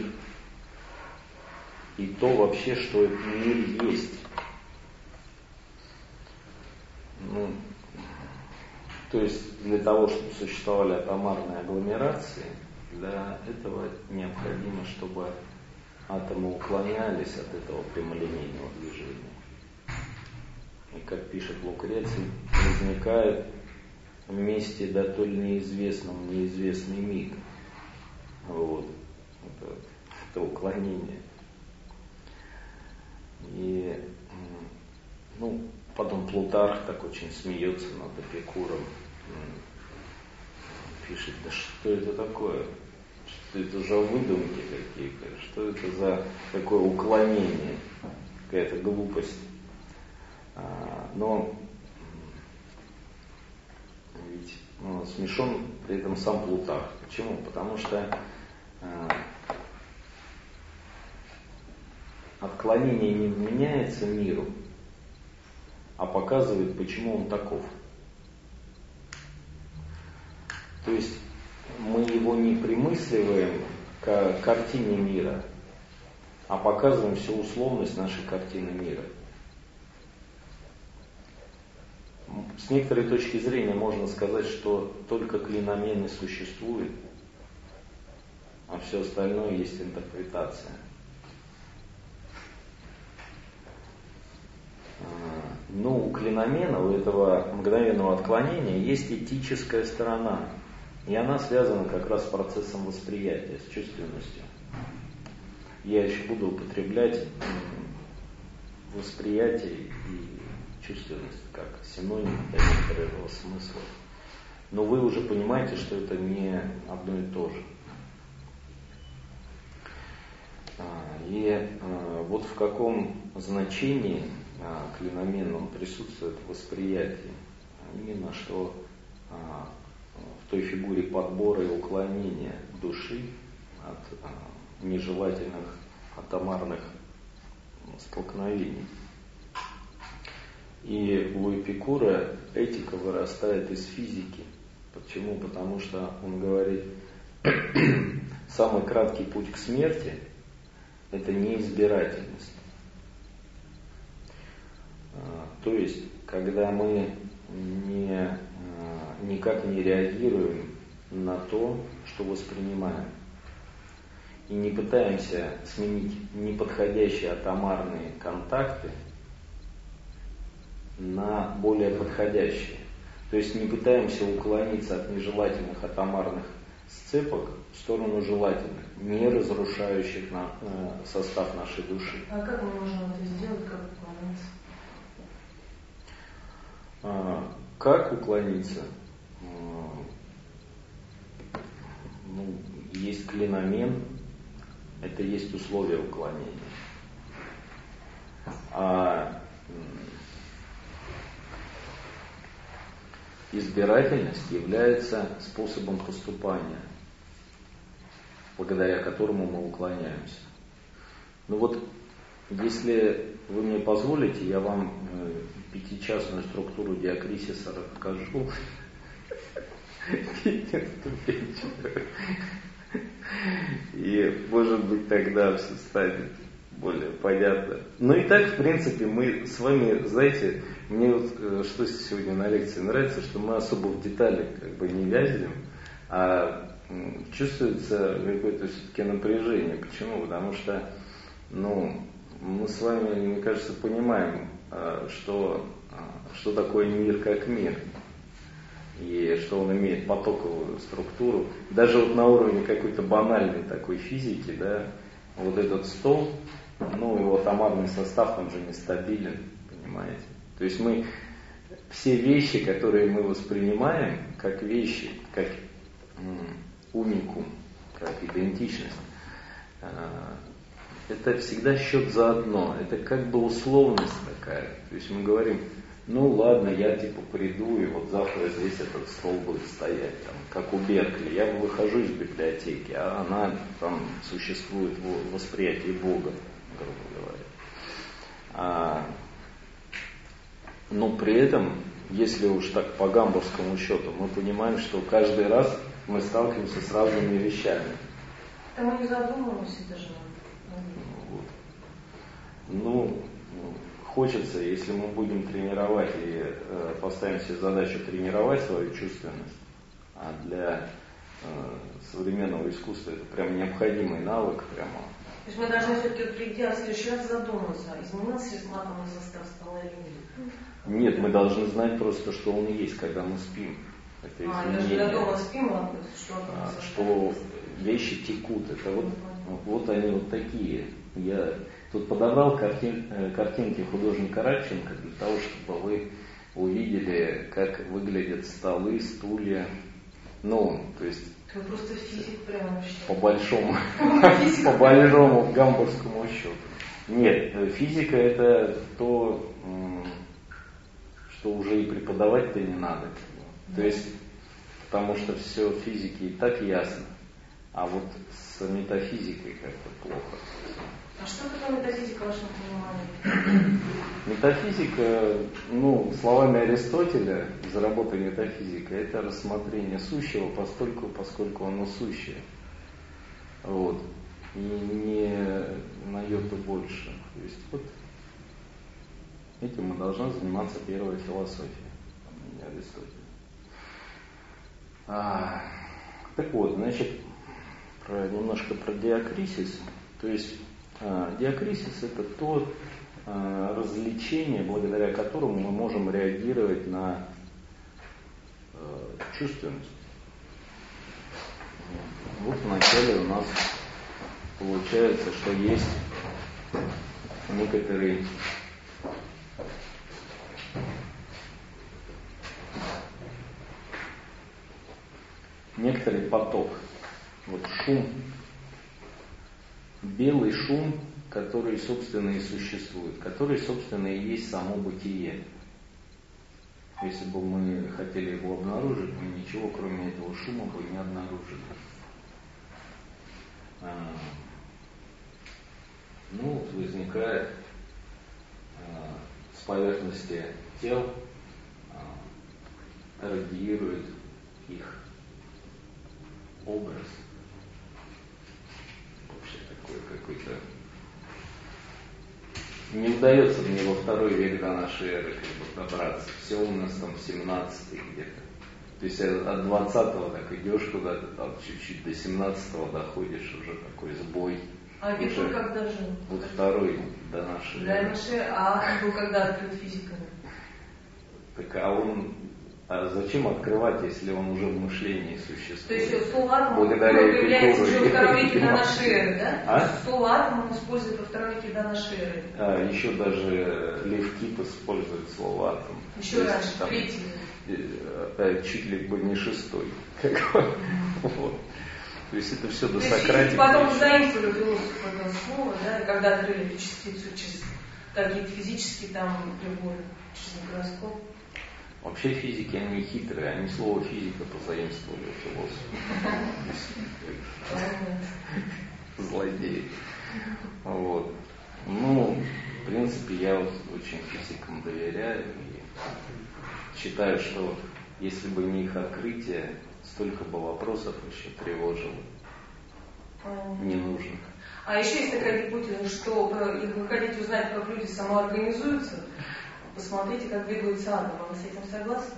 и то вообще, что этот мир есть. Ну, то есть для того, чтобы существовали атомарные агломерации, Для этого необходимо, чтобы атомы уклонялись от этого прямолинейного движения. И, как пишет Лукреций, возникает вместе да то ли неизвестном неизвестный миг. Вот. Это, это уклонение. И, ну, потом Плутарх так очень смеется над Эпикуром. Пишет, да что это такое? Что это за выдумки какие-то? Что это за такое уклонение? Какая-то глупость. Но ведь ну, смешон при этом сам Плутарх. Почему? Потому что э, отклонение не вменяется миру, а показывает, почему он таков. То есть мы его не примысливаем к картине мира, а показываем всю условность нашей картины мира. С некоторой точки зрения можно сказать, что только клиномен и существует, а все остальное есть интерпретация. Но у клиномена, у этого мгновенного отклонения есть этическая сторона, и она связана как раз с процессом восприятия, с чувственностью. Я еще буду употреблять восприятие и чувственность как синоним для некоторого смысла. Но вы уже понимаете, что это не одно и то же. И вот в каком значении клиноменном присутствует восприятие. Именно что в той фигуре подбора и уклонения души от нежелательных атомарных столкновений. И у Эпикура этика вырастает из физики. Почему? Потому что он говорит, самый краткий путь к смерти – это неизбирательность. То есть, когда мы не, никак не реагируем на то, что воспринимаем, и не пытаемся сменить неподходящие атомарные контакты на более подходящие. То есть не пытаемся уклониться от нежелательных атомарных сцепок в сторону желательных, не разрушающих на, э, состав нашей души. А как мы можем это сделать, как уклониться? А, как уклониться? А, ну, есть клиномен, это есть условие уклонения. А избирательность является способом поступания, благодаря которому мы уклоняемся. Ну вот, если вы мне позволите, я вам э, пятичастную структуру диакрисиса расскажу. И, может быть, тогда все станет более понятно. Ну и так, в принципе, мы с вами, знаете, мне вот что сегодня на лекции нравится, что мы особо в детали как бы не вязнем, а чувствуется какое-то все-таки напряжение. Почему? Потому что, ну, мы с вами, мне кажется, понимаем, что, что такое мир как мир. И что он имеет потоковую структуру. Даже вот на уровне какой-то банальной такой физики, да, вот этот стол, ну, его атомарный состав, там же нестабилен, понимаете. То есть мы все вещи, которые мы воспринимаем как вещи, как уникум, как идентичность, это всегда счет за одно. Это как бы условность такая. То есть мы говорим, ну ладно, я типа приду, и вот завтра здесь этот стол будет стоять, там, как у Беркли. Я выхожу из библиотеки, а она там существует в восприятии Бога, грубо говоря. А, но при этом, если уж так по гамбургскому счету, мы понимаем, что каждый раз мы сталкиваемся с разными вещами. Да мы не задумываемся даже. Вот. Ну, хочется, если мы будем тренировать и э, поставим себе задачу тренировать свою чувственность, а для современного искусства. Это прям необходимый навык. Прямо. То есть мы должны все-таки придя в следующий раз задуматься, изменился ли атомный состав стола или нет? Нет, мы должны знать просто, что он есть, когда мы спим. Это а, даже когда дома спим, что, а, что вещи текут. Это вот, вот они вот такие. Я тут подобрал картин, картинки художника Радченко для того, чтобы вы увидели, как выглядят столы, стулья. Ну, то есть Ты просто физик прям вообще. По большому, по большому гамбургскому счету. Нет, физика это то, что уже и преподавать-то не надо. То есть, потому что все в физике и так ясно, а вот с метафизикой как-то плохо. А что такое метафизика в вашем понимании? Метафизика, ну, словами Аристотеля, из работы метафизика, это рассмотрение сущего постольку, поскольку оно сущее. Вот. И не на йоту больше. То есть вот этим и должна заниматься первая философия, Аристотель. А, так вот, значит, про, немножко про диакрисис. То есть а, диакрисис это то а, развлечение, благодаря которому мы можем реагировать на а, чувственность. Вот вначале у нас получается, что есть некоторые некоторый поток. Вот шум, белый шум, который, собственно, и существует, который, собственно, и есть само бытие. Если бы мы хотели его обнаружить, мы ничего, кроме этого шума, бы не обнаружили. А, ну, вот возникает а, с поверхности тел, а, радиирует их образ. Вообще такой какой-то. Не удается мне во второй век до нашей эры как бы добраться. Все у нас там семнадцатый где-то. То есть от двадцатого так идешь куда-то, там чуть-чуть до семнадцатого доходишь, уже такой сбой. А Эпикур когда жил? Вот второй до нашей эры. До нашей, а был когда открыт физикой? Так а он, а зачем открывать, если он уже в мышлении существует? То есть слово атом появляется уже во втором веке до нашей эры, да? А? Слово атом он использует во втором веке до нашей эры. А, еще даже Лев Кип использует слово атом. Еще раньше, там, третий. Э, чуть ли бы не шестой. Вот. То есть это все до Сократика. Потом заимствовали философов это слово, да, и когда открыли эту частицу через какие-то физические там приборы, через микроскоп. Вообще физики, они хитрые, они слово физика позаимствовали у философов. Злодеи. Вот. Ну, в принципе, я вот очень физикам доверяю и считаю, что если бы не их открытие, столько бы вопросов еще тревожило. Ненужных. А еще есть такая гипотеза, что если вы хотите узнать, как люди самоорганизуются, посмотрите, как двигаются атомы. Вы с этим согласны?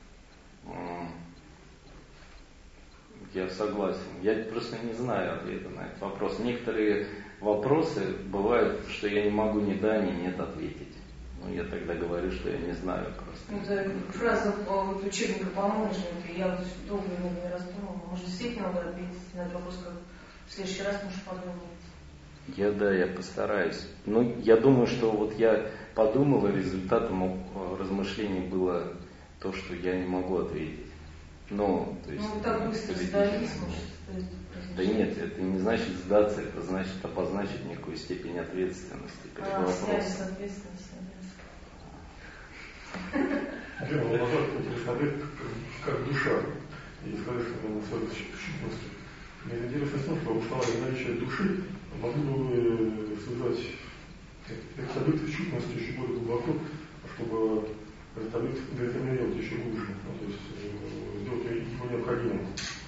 Я согласен. Я просто не знаю ответа на этот вопрос. Некоторые вопросы бывают, что я не могу ни да, ни нет ответить. Ну, я тогда говорю, что я не знаю просто. Это фраза вот, учебника по менеджменту. Я вот долго не раздумывала. Может, действительно надо ответить на этот вопрос, как в следующий раз, может, подумать. Я, да, я постараюсь. Ну, я думаю, что вот я подумал, и результатом размышлений было то, что я не могу ответить. Ну, то есть, ну, так быстро сдались, может. Да нет, это не значит сдаться, это значит обозначить некую степень ответственности перед а, вопросом. связь с ответственностью. Первый назад посмотреть как душа и сказать, что она связана с чувственностью. Мне интересно в том, что установление наличия души могли бы вы связать этот объект с чувственностью еще более глубоко, чтобы этот объект детерминировать еще глубже, ну, то есть сделать его необходимым.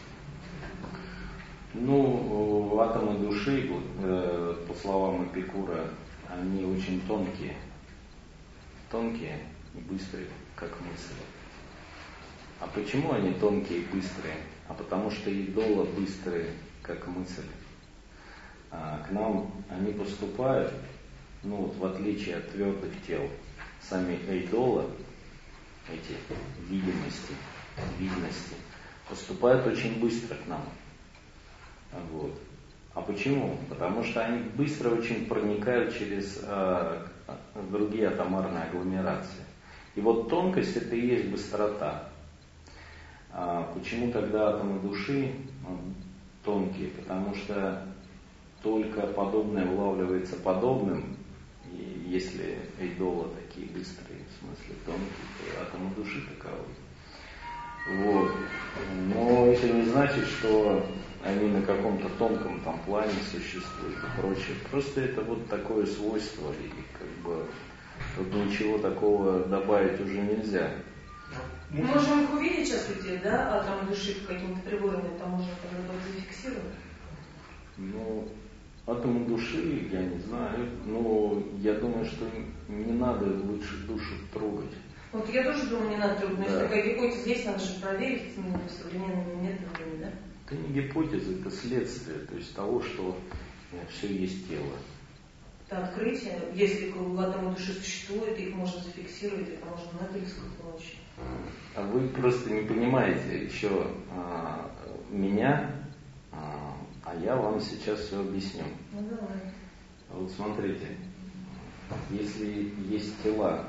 Ну, атомы души, вот, э, по словам Эпикура, они очень тонкие, тонкие и быстрые, как мысль. А почему они тонкие и быстрые? А потому что идолы быстрые, как мысль. А к нам они поступают, ну вот в отличие от твердых тел, сами идолы, эти видимости, видности, поступают очень быстро к нам. Вот. А почему? Потому что они быстро очень проникают через э, другие атомарные агломерации. И вот тонкость это и есть быстрота. А почему тогда атомы души ну, тонкие? Потому что только подобное улавливается подобным, и если идолы такие быстрые, в смысле тонкие, то атомы души таковы. Вот. Но это не значит, что они на каком-то тонком там плане существуют и прочее. Просто это вот такое свойство, и как бы тут ничего такого добавить уже нельзя. Мы можем их увидеть сейчас где, да, атомы души какими-то приборами, там можно зафиксировать? Ну, атомы души, я не знаю, но я думаю, что не надо лучше душу трогать. Вот я тоже думаю, не надо трогать, но Да. если такая гипотеза есть, надо же проверить именно современными методами, да? Это не гипотеза, это следствие, то есть того, что все есть тело. Это открытие, если атомы души существуют, их можно зафиксировать, это можно на телескоп получить. А вы просто не понимаете еще а, меня, а, а я вам сейчас все объясню. Ну давай. Вот смотрите, если есть тела,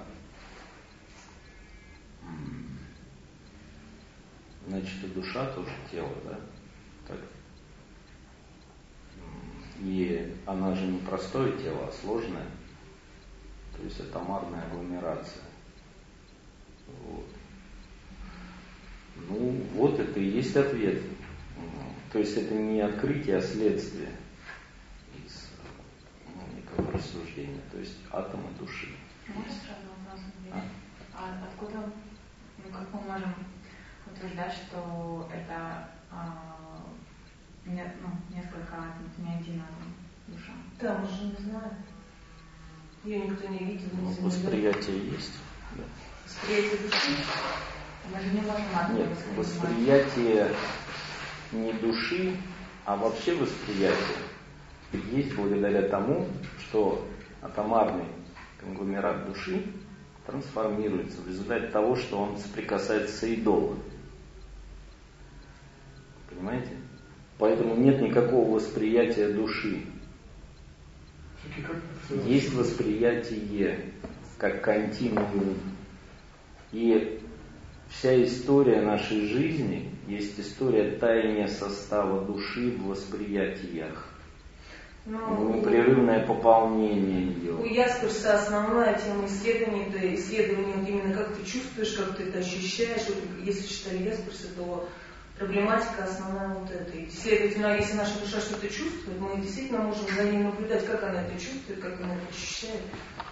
значит и душа тоже тело, да? Так. И она же не простое тело, а сложное, то есть атомарная агломерация. Вот. Ну, вот это и есть ответ. То есть это не открытие, а следствие из ну, некого рассуждения. То есть атомы души. Можно сразу вопрос? А? А откуда, ну как мы можем утверждать, что это а, не, ну, несколько атомов, не один атом душа? Да, мы же не знаем. Ее никто не видел, не Ну, знает. восприятие есть. Да. Восприятие души? Мы же не можем атомы Нет, воспринимать. восприятие не души, а вообще восприятие есть благодаря тому, что атомарный конгломерат души трансформируется в результате того, что он соприкасается с идолом. Понимаете? Поэтому нет никакого восприятия души. Есть восприятие как континуум. И вся история нашей жизни есть история таяния состава души в восприятиях. Ну, непрерывное пополнение у ее. Ясперса основная тема исследований, это исследование вот именно как ты чувствуешь, как ты это ощущаешь. Вот, если читали Ясперса, то проблематика основная вот эта. И, следовательно, если наша душа что-то чувствует, мы действительно можем за ней наблюдать, как она это чувствует, как она это ощущает.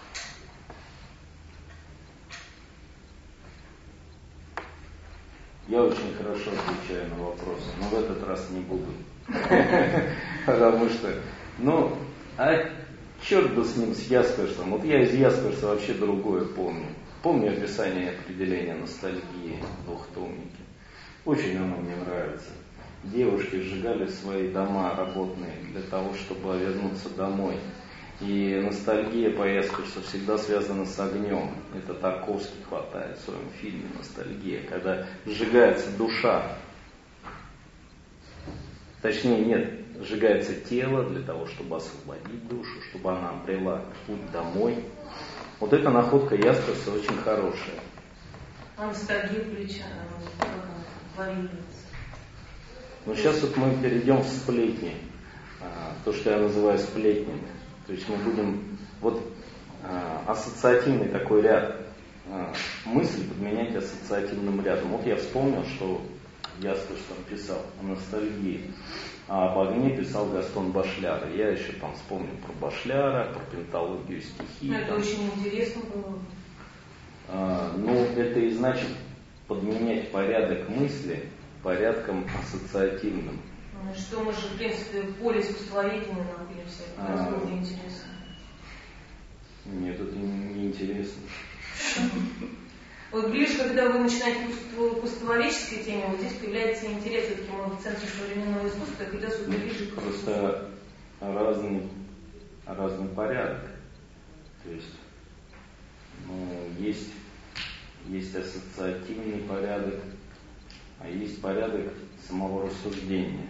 Я очень хорошо отвечаю на вопросы, но в этот раз не буду. Потому что, ну, а черт бы с ним, с Ясперсом. Вот я из Ясперса вообще другое помню. Помню описание и определение ностальгии в двухтомнике. Очень оно мне нравится. Девушки сжигали свои дома работные для того, чтобы вернуться домой. И ностальгия по Ясперсу всегда связана с огнем. Это Тарковский хватает в своем фильме «Ностальгия», когда сжигается душа. Точнее, нет, сжигается тело для того, чтобы освободить душу, чтобы она обрела путь домой. Вот эта находка Ясперса очень хорошая. А ностальгия плеча, как она варьируется. Но сейчас вот мы перейдем в сплетни. То, что я называю сплетнями. То есть мы будем вот ассоциативный такой ряд мыслей подменять ассоциативным рядом. Вот я вспомнил, что Ясперс там писал о ностальгии, а об огне писал Гастон Башляр. Я еще там вспомнил про Башляра, про пенталогию стихий. Ну, это там. очень интересно было. А, ну, это и значит подменять порядок мысли порядком ассоциативным. Что мы же, в принципе, в поле искусствоведения находимся. Это А. разговор интересно. Нет, это не интересно. Вот ближе, когда вы начинаете к уставоведческой теме, вот здесь появляется интерес, все-таки мы в Центре современного искусства, когда вот ближе к просто разный, разный порядок. То есть, ну, есть, есть ассоциативный порядок, а есть порядок самого рассуждения.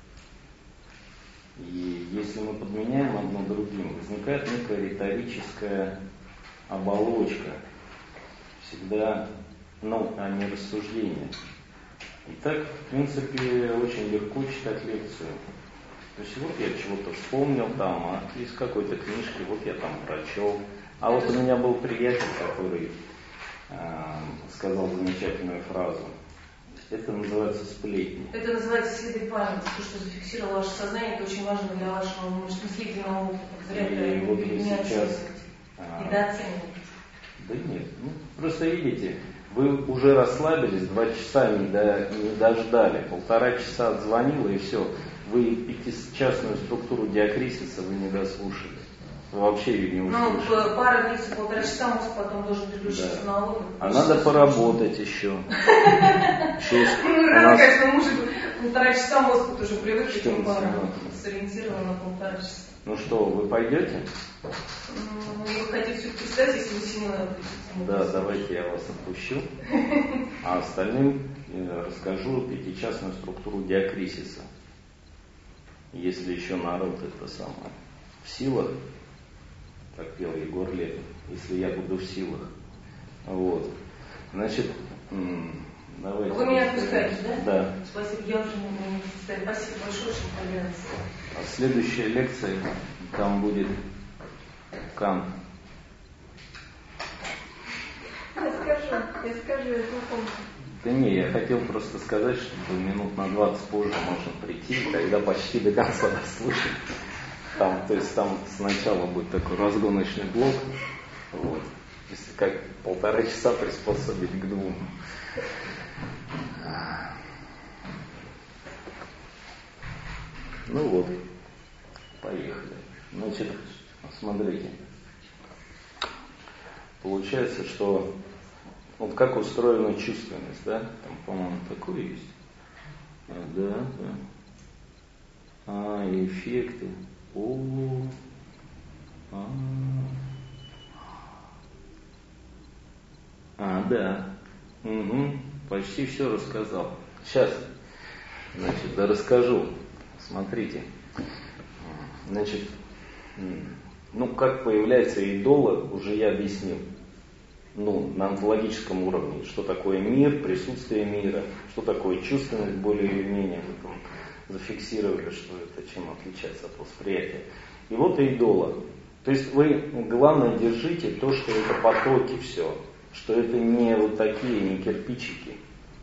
И если мы подменяем одно другим, возникает некая риторическая оболочка, всегда, ну, а не рассуждение. И так, в принципе, очень легко читать лекцию. То есть вот я чего-то вспомнил там, а из какой-то книжки, вот я там прочел. А вот у меня был приятель, который э, сказал замечательную фразу. Это называется сплетни. Это называется следы памяти, то, что зафиксировало ваше сознание, это очень важно для вашего мыслительного опыта. Зря И вот вы сейчас... недооцениваете. Да нет, ну, просто видите, вы уже расслабились, два часа не, до, не дождали, полтора часа отзвонило и все. Вы пятичастную структуру диакрисиса вы не дослушали. Вы вообще ее не услышали. Ну, пара длится полтора часа, мозг потом должен переключиться да. на отдых. А надо поработать еще. Ну, рано, конечно, муж полтора часа мозг уже привык к этим парам. Сориентирован на полтора часа. Ну что, вы пойдете? Ну, вы хотите все представить, если вы сильно отпустите. Да, давайте я вас отпущу. А остальным расскажу пятичастную структуру диакрисиса. Если еще народ это самое в силах, как пел Егор Летов, если я буду в силах. Вот. Значит, давайте. Вы меня отпускаете, да? Да. Спасибо, я уже не представляю. Спасибо большое, очень понравилось. А следующая лекция, там будет Кант. Я скажу, я скажу, я знакомлю. Да не, я хотел просто сказать, что минут на двадцать позже можно прийти, и тогда почти до конца дослушать. Там, то есть там сначала будет такой разгоночный блок, вот, если как полтора часа приспособить к двум. Ну вот, поехали. Значит, смотрите. Получается, что вот как устроена чувственность, да? Там, по-моему, такое есть. А, да, да. А, эффекты. О, а, а, да. Угу. Почти все рассказал. Сейчас, значит, да расскажу. Смотрите. Значит, ну, как появляется идола, уже я объяснил. Ну, на онтологическом уровне, что такое мир, присутствие мира, что такое чувственность, более или менее мы там зафиксировали, что это чем отличается от восприятия. И вот идола. То есть вы, главное, держите то, что это потоки все, что это не вот такие, не кирпичики.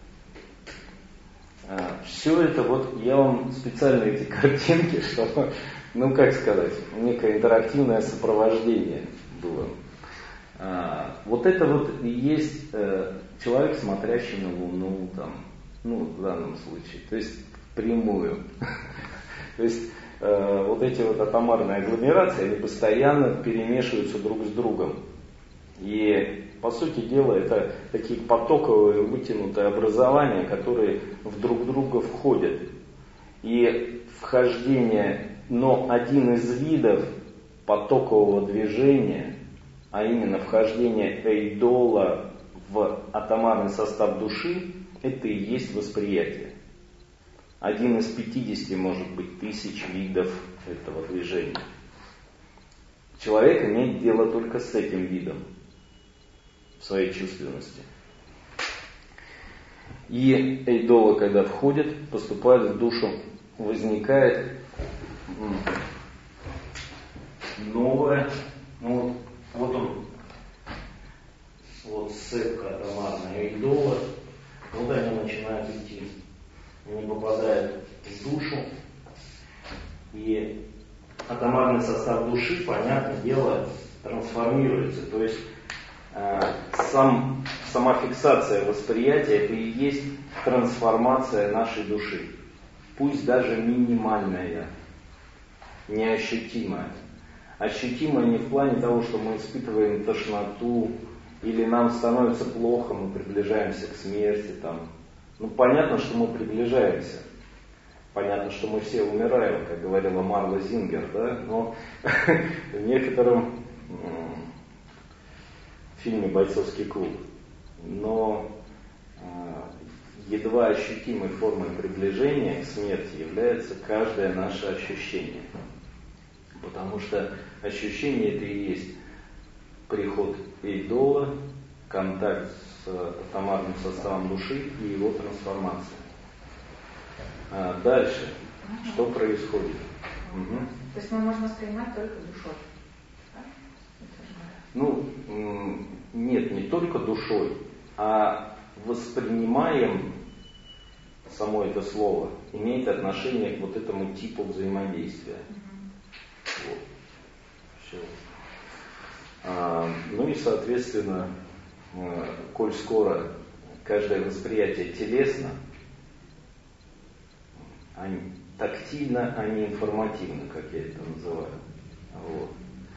А, все это, вот я вам специально эти картинки, чтобы, ну как сказать, некое интерактивное сопровождение было. А, вот это вот и есть э, человек, смотрящий на Луну, там, ну, в данном случае, то есть прямую. То есть э, вот эти вот атомарные агломерации, они постоянно перемешиваются друг с другом. И, по сути дела, это такие потоковые вытянутые образования, которые в друг друга входят. И вхождение, но один из видов потокового движения, а именно вхождение эйдола в атомарный состав души, это и есть восприятие. Один из пятидесяти, может быть, тысяч видов этого движения. Человек имеет дело только с этим видом в своей чувственности. И эйдола, когда входит, поступает в душу, возникает новое, ну, вот он, вот сцепка атомарная эйдола, вот они начинают идти, они попадают в душу, и атомарный состав души, понятное дело, трансформируется, то есть э, сам, сама фиксация восприятия, это и есть трансформация нашей души, пусть даже минимальная, неощутимая. Ощутимо не в плане того, что мы испытываем тошноту или нам становится плохо, мы приближаемся к смерти. Там. Ну, понятно, что мы приближаемся. Понятно, что мы все умираем, как говорила Марла Зингер, да? Но в некотором фильме «Бойцовский клуб». Но едва ощутимой формой приближения к смерти является каждое наше ощущение. Потому что ощущение это и есть приход эйдола, контакт с атомарным составом души и его трансформация. А дальше, ага. Что происходит? Угу. То есть мы можем воспринимать только душой? Да? Ну, нет, не только душой, а воспринимаем само это слово, имеет отношение к вот этому типу взаимодействия. Угу. Вот. Все. А, ну и, соответственно, коль скоро каждое восприятие телесно, а тактильно, а не информативно, как я это называю. Вот.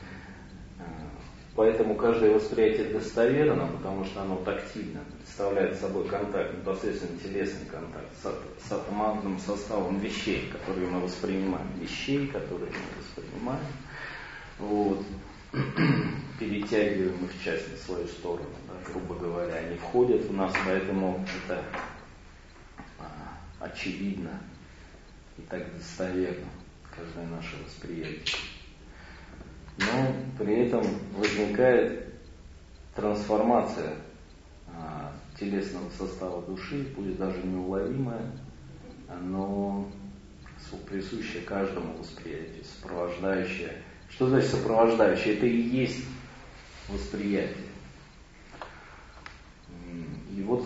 Поэтому каждое восприятие достоверно, потому что оно тактильно, представляет собой контакт, непосредственно телесный контакт с, с атомарным составом вещей, которые мы воспринимаем. Вещей, которые мы воспринимаем. Вот. Перетягиваем их часть на свою сторону, да, грубо говоря. Они входят в нас, поэтому это а, очевидно и так достоверно, каждое наше восприятие. Но при этом возникает трансформация а, телесного состава души, пусть даже неуловимая, но присущая каждому восприятию, сопровождающая. Что значит сопровождающее? Это и есть восприятие. И вот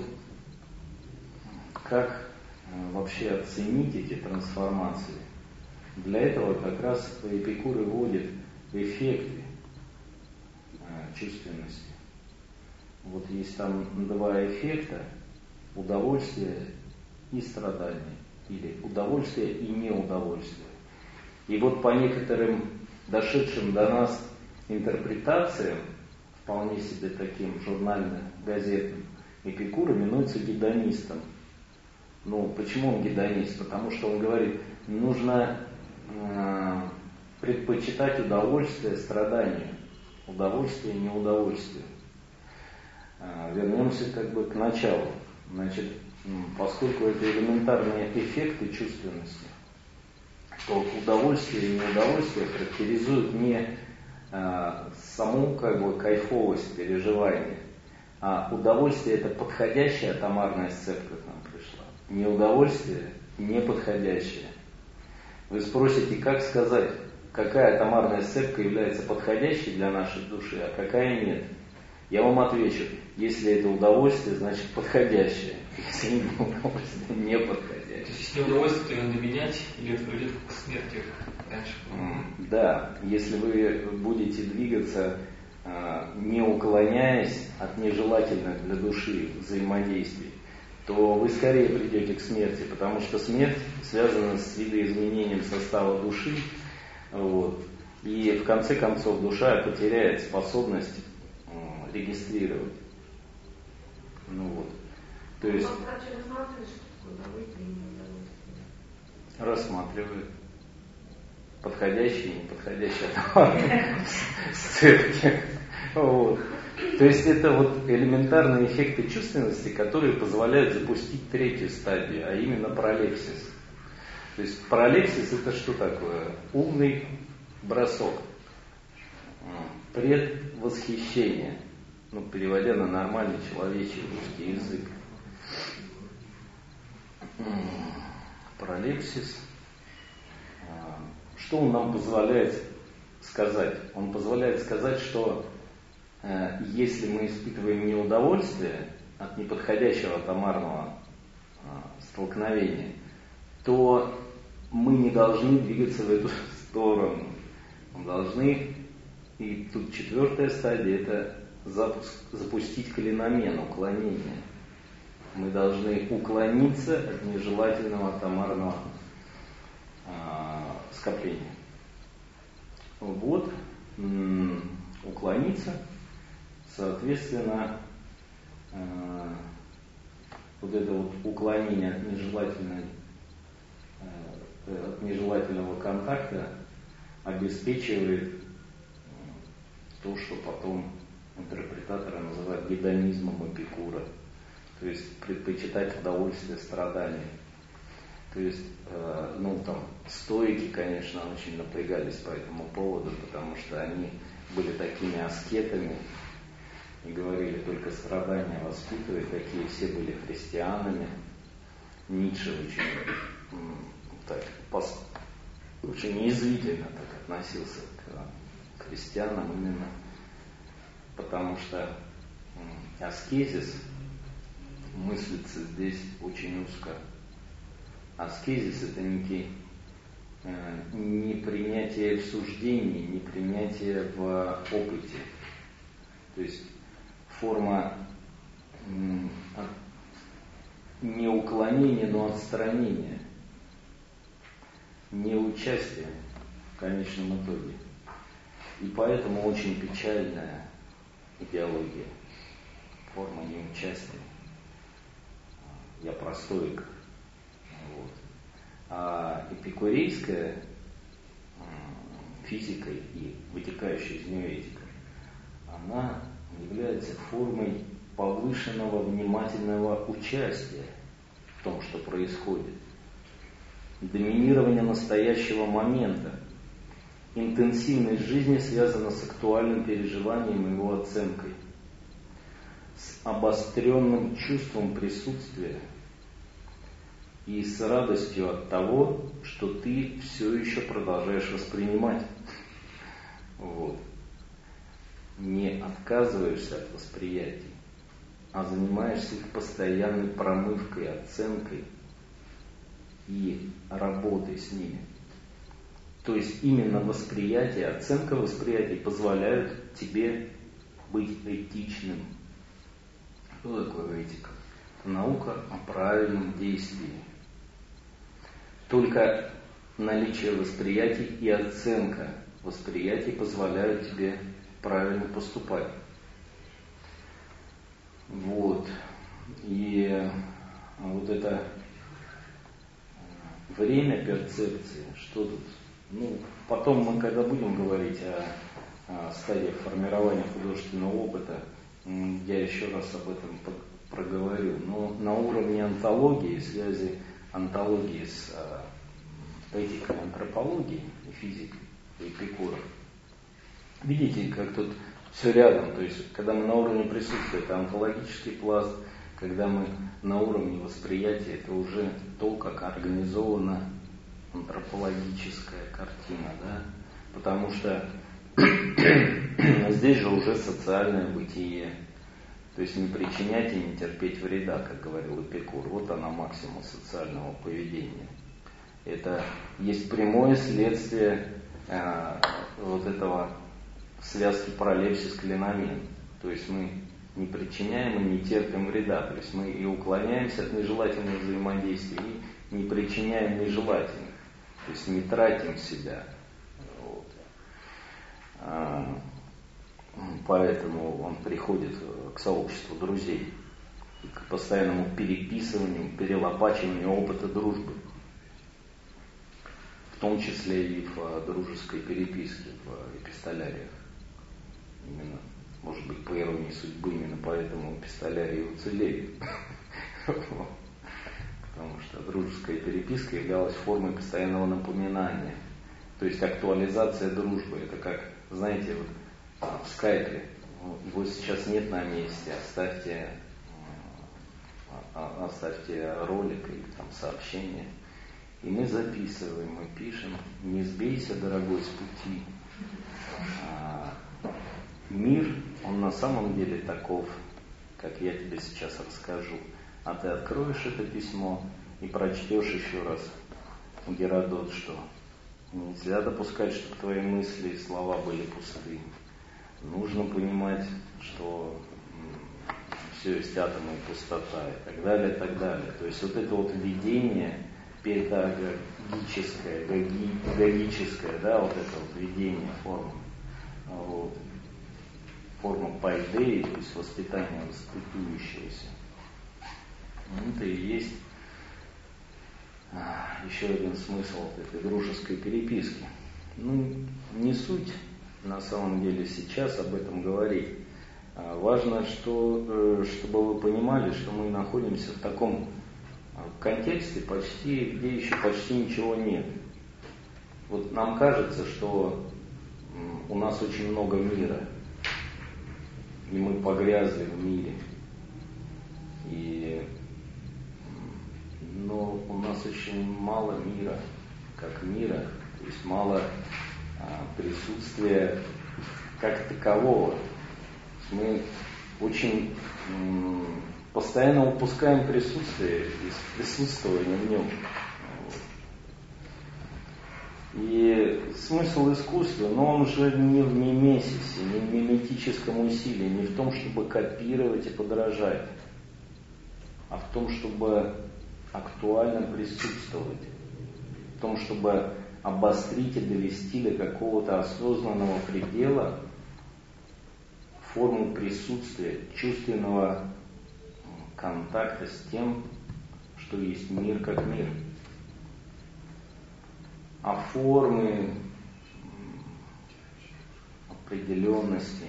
как вообще оценить эти трансформации? Для этого как раз Эпикур вводит эффекты чувственности. Вот есть там два эффекта: удовольствие и страдание, или удовольствие и неудовольствие. И вот по некоторым дошедшим до нас интерпретациям, вполне себе таким журнальным, газетным, Эпикур именуется гедонистом. Ну, почему он гедонист? Потому что он говорит, нужно э, предпочитать удовольствие страданию, удовольствие неудовольствию. Э, вернемся как бы к началу. Значит, поскольку это элементарные эффекты чувственности, то удовольствие и неудовольствие характеризуют не а, саму как бы кайфовость переживания, а удовольствие это подходящая атомарная сцепка к нам пришла. Неудовольствие неподходящее. Вы спросите, как сказать, какая атомарная сцепка является подходящей для нашей души, а какая нет? Я вам отвечу, если это удовольствие, значит подходящее. Если не удовольствие, не подходящее. То есть, если неудовольствие, то надо менять, или это приведет к смерти раньше? Да, если вы будете двигаться, не уклоняясь от нежелательных для души взаимодействий, то вы скорее придете к смерти, потому что смерть связана с видоизменением состава души, вот, и в конце концов душа потеряет способность регистрировать. Ну вот. То есть рассматривает подходящие и неподходящие сцепки. Вот. То есть это вот элементарные эффекты чувственности, которые позволяют запустить третью стадию, а именно пролепсис. То есть пролепсис это что такое? Умный бросок, предвосхищение, ну, переводя на нормальный человечий русский язык. Пролепсис. Что он нам позволяет сказать? Он позволяет сказать, что э, если мы испытываем неудовольствие от неподходящего атомарного э, столкновения, то мы не должны двигаться в эту сторону. Мы должны, и тут четвертая стадия, это запуск, запустить клиномен, уклонение. Мы должны уклониться от нежелательного атомарного э, скопления. Вот, м- уклониться, Соответственно, вот это вот уклонение от нежелательной, от нежелательного контакта обеспечивает то, что потом интерпретаторы называют гедонизмом Эпикура, то есть предпочитать удовольствие страдания. То есть, э, ну там, стоики, конечно, очень напрягались по этому поводу, потому что они были такими аскетами и говорили, только страдания воспитывает, такие все были христианами. Ницше очень, так, пос, очень язвительно так относился к, к христианам, именно потому что аскезис мыслится здесь очень узко. Аскезис — это некий, э, не принятие в суждении, не принятие в опыте. То есть форма э, не уклонения, но отстранения, не участия в конечном итоге. И поэтому очень печальная идеология, форма неучастия. Я про стоиков. Вот. А эпикурейская физика и вытекающая из нее этика, она является формой повышенного внимательного участия в том, что происходит. Доминирование настоящего момента. Интенсивность жизни связана с актуальным переживанием и его оценкой, с обостренным чувством присутствия и с радостью от того, что ты все еще продолжаешь воспринимать. Вот. Не отказываешься от восприятий, а занимаешься их постоянной промывкой, оценкой и работой с ними. То есть именно восприятие, оценка восприятий позволяют тебе быть этичным. Что такое этика? Это наука о правильном действии. Только наличие восприятий и оценка восприятий позволяют тебе правильно поступать. Вот. И вот это время перцепции, что тут? Ну, потом мы, когда будем говорить о, о стадиях формирования художественного опыта, я еще раз об этом проговорю. Но на уровне онтологии, связи онтологии с э, этикой, антропологией и физикой, и Эпикура, видите, как тут все рядом. То есть, когда мы на уровне присутствия, это онтологический пласт, когда мы на уровне восприятия, это уже то, как организована антропологическая картина, да? Потому что здесь же уже социальное бытие. То есть не причинять и не терпеть вреда, как говорил Эпикур. Вот она максимум социального поведения. Это есть прямое следствие э, вот этого связки параллепсис-клиномен. То есть мы не причиняем и не терпим вреда. То есть мы и уклоняемся от нежелательных взаимодействий, и не причиняем нежелательных. То есть не тратим себя. Вот. А, поэтому он приходит к сообществу друзей, к постоянному переписыванию, перелопачиванию опыта дружбы. В том числе и в дружеской переписке, в эпистоляриях. Именно, может быть, по иронии судьбы, именно поэтому эпистолярии уцелели. Потому что дружеская переписка являлась формой постоянного напоминания. То есть актуализация дружбы. Это как, знаете, вот в скайпе, его сейчас нет на месте, оставьте, оставьте ролик или там сообщение. И мы записываем, мы пишем: не сбейся, дорогой, с пути. А мир, он на самом деле таков, как я тебе сейчас расскажу. А ты откроешь это письмо и прочтешь еще раз Геродот, что нельзя допускать, чтобы твои мысли и слова были пусты. Нужно понимать, что все есть атомы и пустота, и так далее, и так далее. То есть вот это вот видение педагогическое, гогическое, да, вот это вот видение формы, вот, форма пайдеи, то есть воспитание воспитующегося. Это и есть а, еще один смысл вот этой дружеской переписки. Ну, не суть на самом деле сейчас об этом говорить. А, важно, что, чтобы вы понимали, что мы находимся в таком контексте, почти, где еще почти ничего нет. Вот нам кажется, что у нас очень много мира, и мы погрязли в мире. И, но у нас очень мало мира, как мира, то есть мало а, присутствия как такового. Мы очень м, постоянно упускаем присутствие, присутствование в нем. И смысл искусства, но он же не в мимесисе, не в миметическом усилии, не в том, чтобы копировать и подражать, а в том, чтобы актуально присутствовать, в том, чтобы обострить и довести до какого-то осознанного предела форму присутствия, чувственного контакта с тем, что есть мир как мир. А формы, определенности,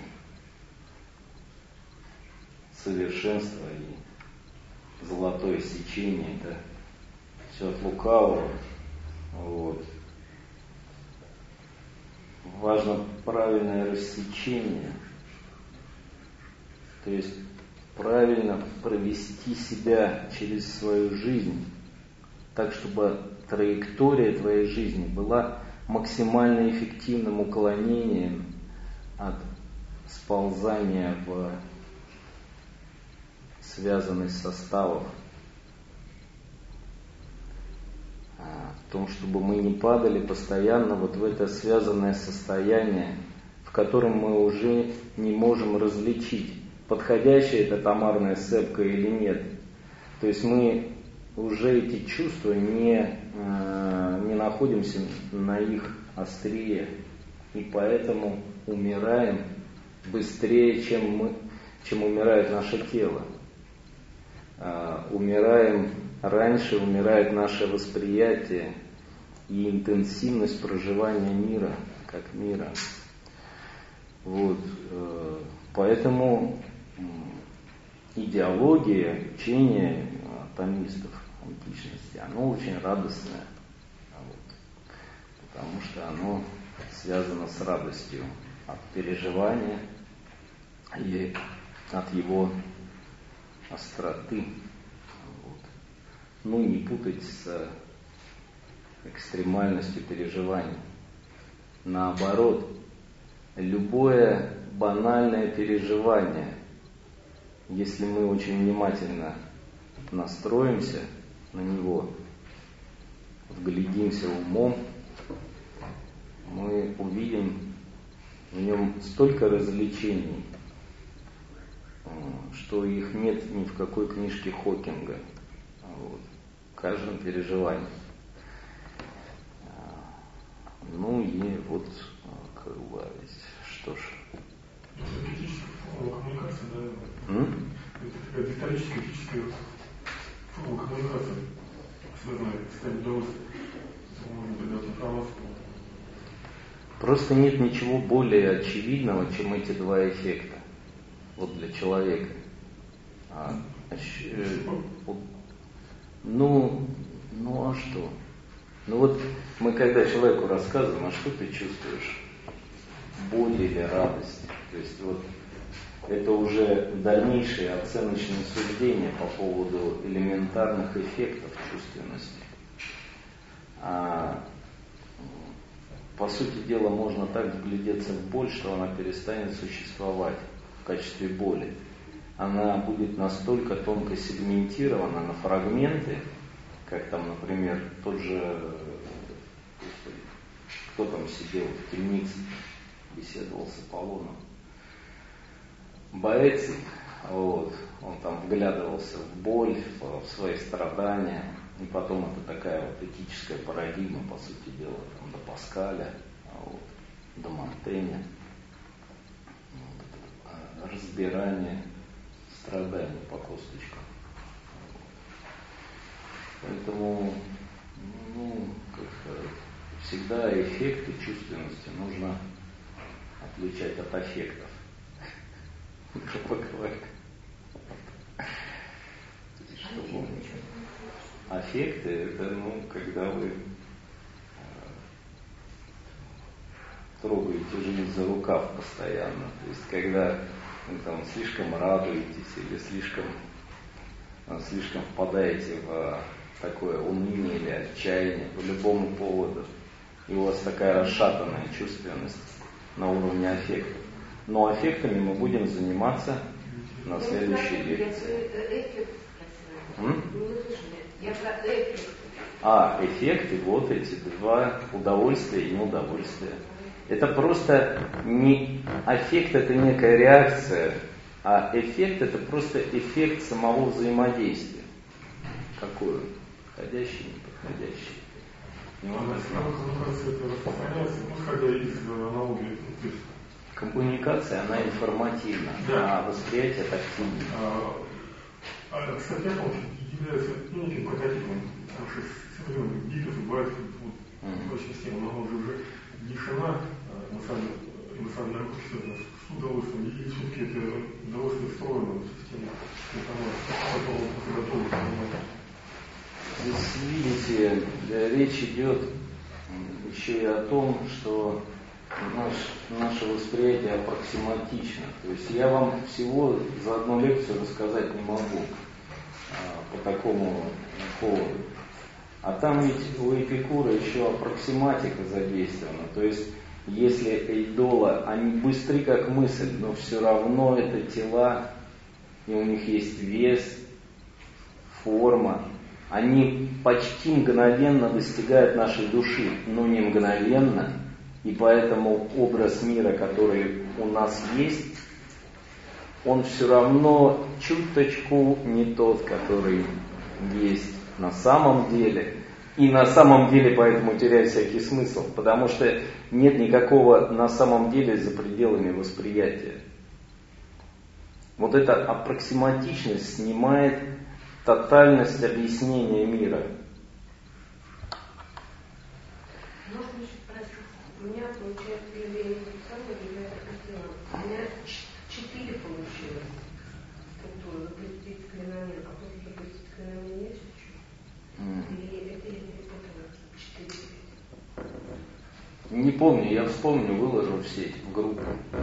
совершенства и золотое сечение, это все от лукавого. Вот. Важно правильное рассечение, то есть правильно провести себя через свою жизнь, так, чтобы траектория твоей жизни была максимально эффективным уклонением от сползания в связанность составов. В том, чтобы мы не падали постоянно вот в это связанное состояние, в котором мы уже не можем различить, подходящая это тамарная сцепка или нет. То есть мы уже эти чувства не, не находимся на их острие, и поэтому умираем быстрее, чем, мы, чем умирает наше тело. Умираем раньше, умирает наше восприятие и интенсивность проживания мира, как мира. Вот. Поэтому идеология, учение томистов античности, оно очень радостное, вот, потому что оно связано с радостью от переживания и от его остроты. Вот. Ну, не путать с экстремальностью переживаний. Наоборот, любое банальное переживание, если мы очень внимательно настроимся на него, вглядимся умом, мы увидим в нем столько развлечений, что их нет ни в какой книжке Хокинга. Вот. В каждом переживании. Ну и вот, как бы, что ж. Форма коммуникации, да? М? Это такая диктолическая, этическая форма коммуникации, связанная с состоянием удовольствия. Можно передать информацию. Просто нет ничего более очевидного, чем эти два эффекта. Вот для человека. А, э, ну, ну а что? Ну вот мы когда человеку рассказываем, а что ты чувствуешь? Боль или радость? То есть вот это уже дальнейшие оценочные суждения по поводу элементарных эффектов чувственности. А, по сути дела, можно так вглядеться в боль, что она перестанет существовать в качестве боли. Она будет настолько тонко сегментирована на фрагменты, как там, например, тот же, кто там сидел в темнице, беседовал с Аполлоном, Боэций, вот, он там вглядывался в боль, в свои страдания, и потом это такая вот этическая парадигма, по сути дела, там, до Паскаля, вот, до Монтэня. Вот, разбирание страданий по косточкам. Поэтому, ну, как сказать, всегда эффекты чувственности нужно отличать от аффектов. Грубо говоря. Чтобы аффекты это, ну, когда вы трогаете жизнь за рукав постоянно. То есть, когда вы там слишком радуетесь или слишком, слишком впадаете в такое уныние или отчаяние по любому поводу, и у вас такая расшатанная чувственность на уровне аффектов. Но аффектами мы будем заниматься на следующей лекции. М? А, эффекты, вот эти два, удовольствия и неудовольствия. Это просто не аффект, это некая реакция, а эффект это просто эффект самого взаимодействия. Какой? Подходящий, неподходящий. Коммуникация, она информативна, да. А восприятие тактильно. А, кстати, я является неким прототипом, потому что современных гидов бывает вот, очень система, но она уже лишена эмоционального чувства с удовольствием, и все-таки это удовольствие встроено в систему информации, когда готовы понимать. Здесь, видите, речь идет еще и о том, что наш, наше восприятие аппроксиматично. То есть я вам всего за одну лекцию рассказать не могу а, по такому поводу. А там ведь у Эпикура еще аппроксиматика задействована. То есть если эйдола, они быстры как мысль, но все равно это тела, и у них есть вес, форма. Они почти мгновенно достигают нашей души, но не мгновенно. И поэтому образ мира, который у нас есть, он все равно чуточку не тот, который есть на самом деле. И на самом деле поэтому теряет всякий смысл, потому что нет никакого на самом деле за пределами восприятия. Вот эта аппроксиматичность снимает тотальность объяснения мира. Можно еще спросить? У меня получается, я не самое, я так сделала. У меня четыре получилось структуры. Запретительский феномен, а после запретительский феномен есть еще? Или это я не перепутала? Четыре. Не помню, я вспомню, выложу в сеть, в группу.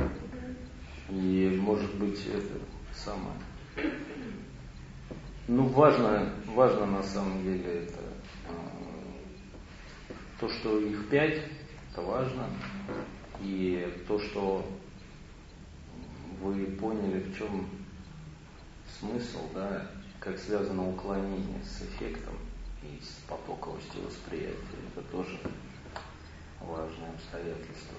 И может быть это самое. Ну, важно, важно на самом деле это то, что их пять, это важно. И то, что вы поняли, в чем смысл, да, как связано уклонение с эффектом и с потоковостью восприятия. Это тоже важное обстоятельство.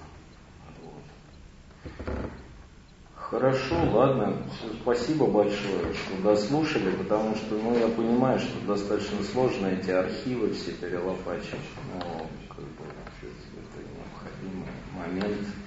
Вот. Хорошо, ладно. Спасибо большое, что дослушали, потому что, ну, я понимаю, что достаточно сложно эти архивы все перелопачивать, но как бы, это необходимый момент.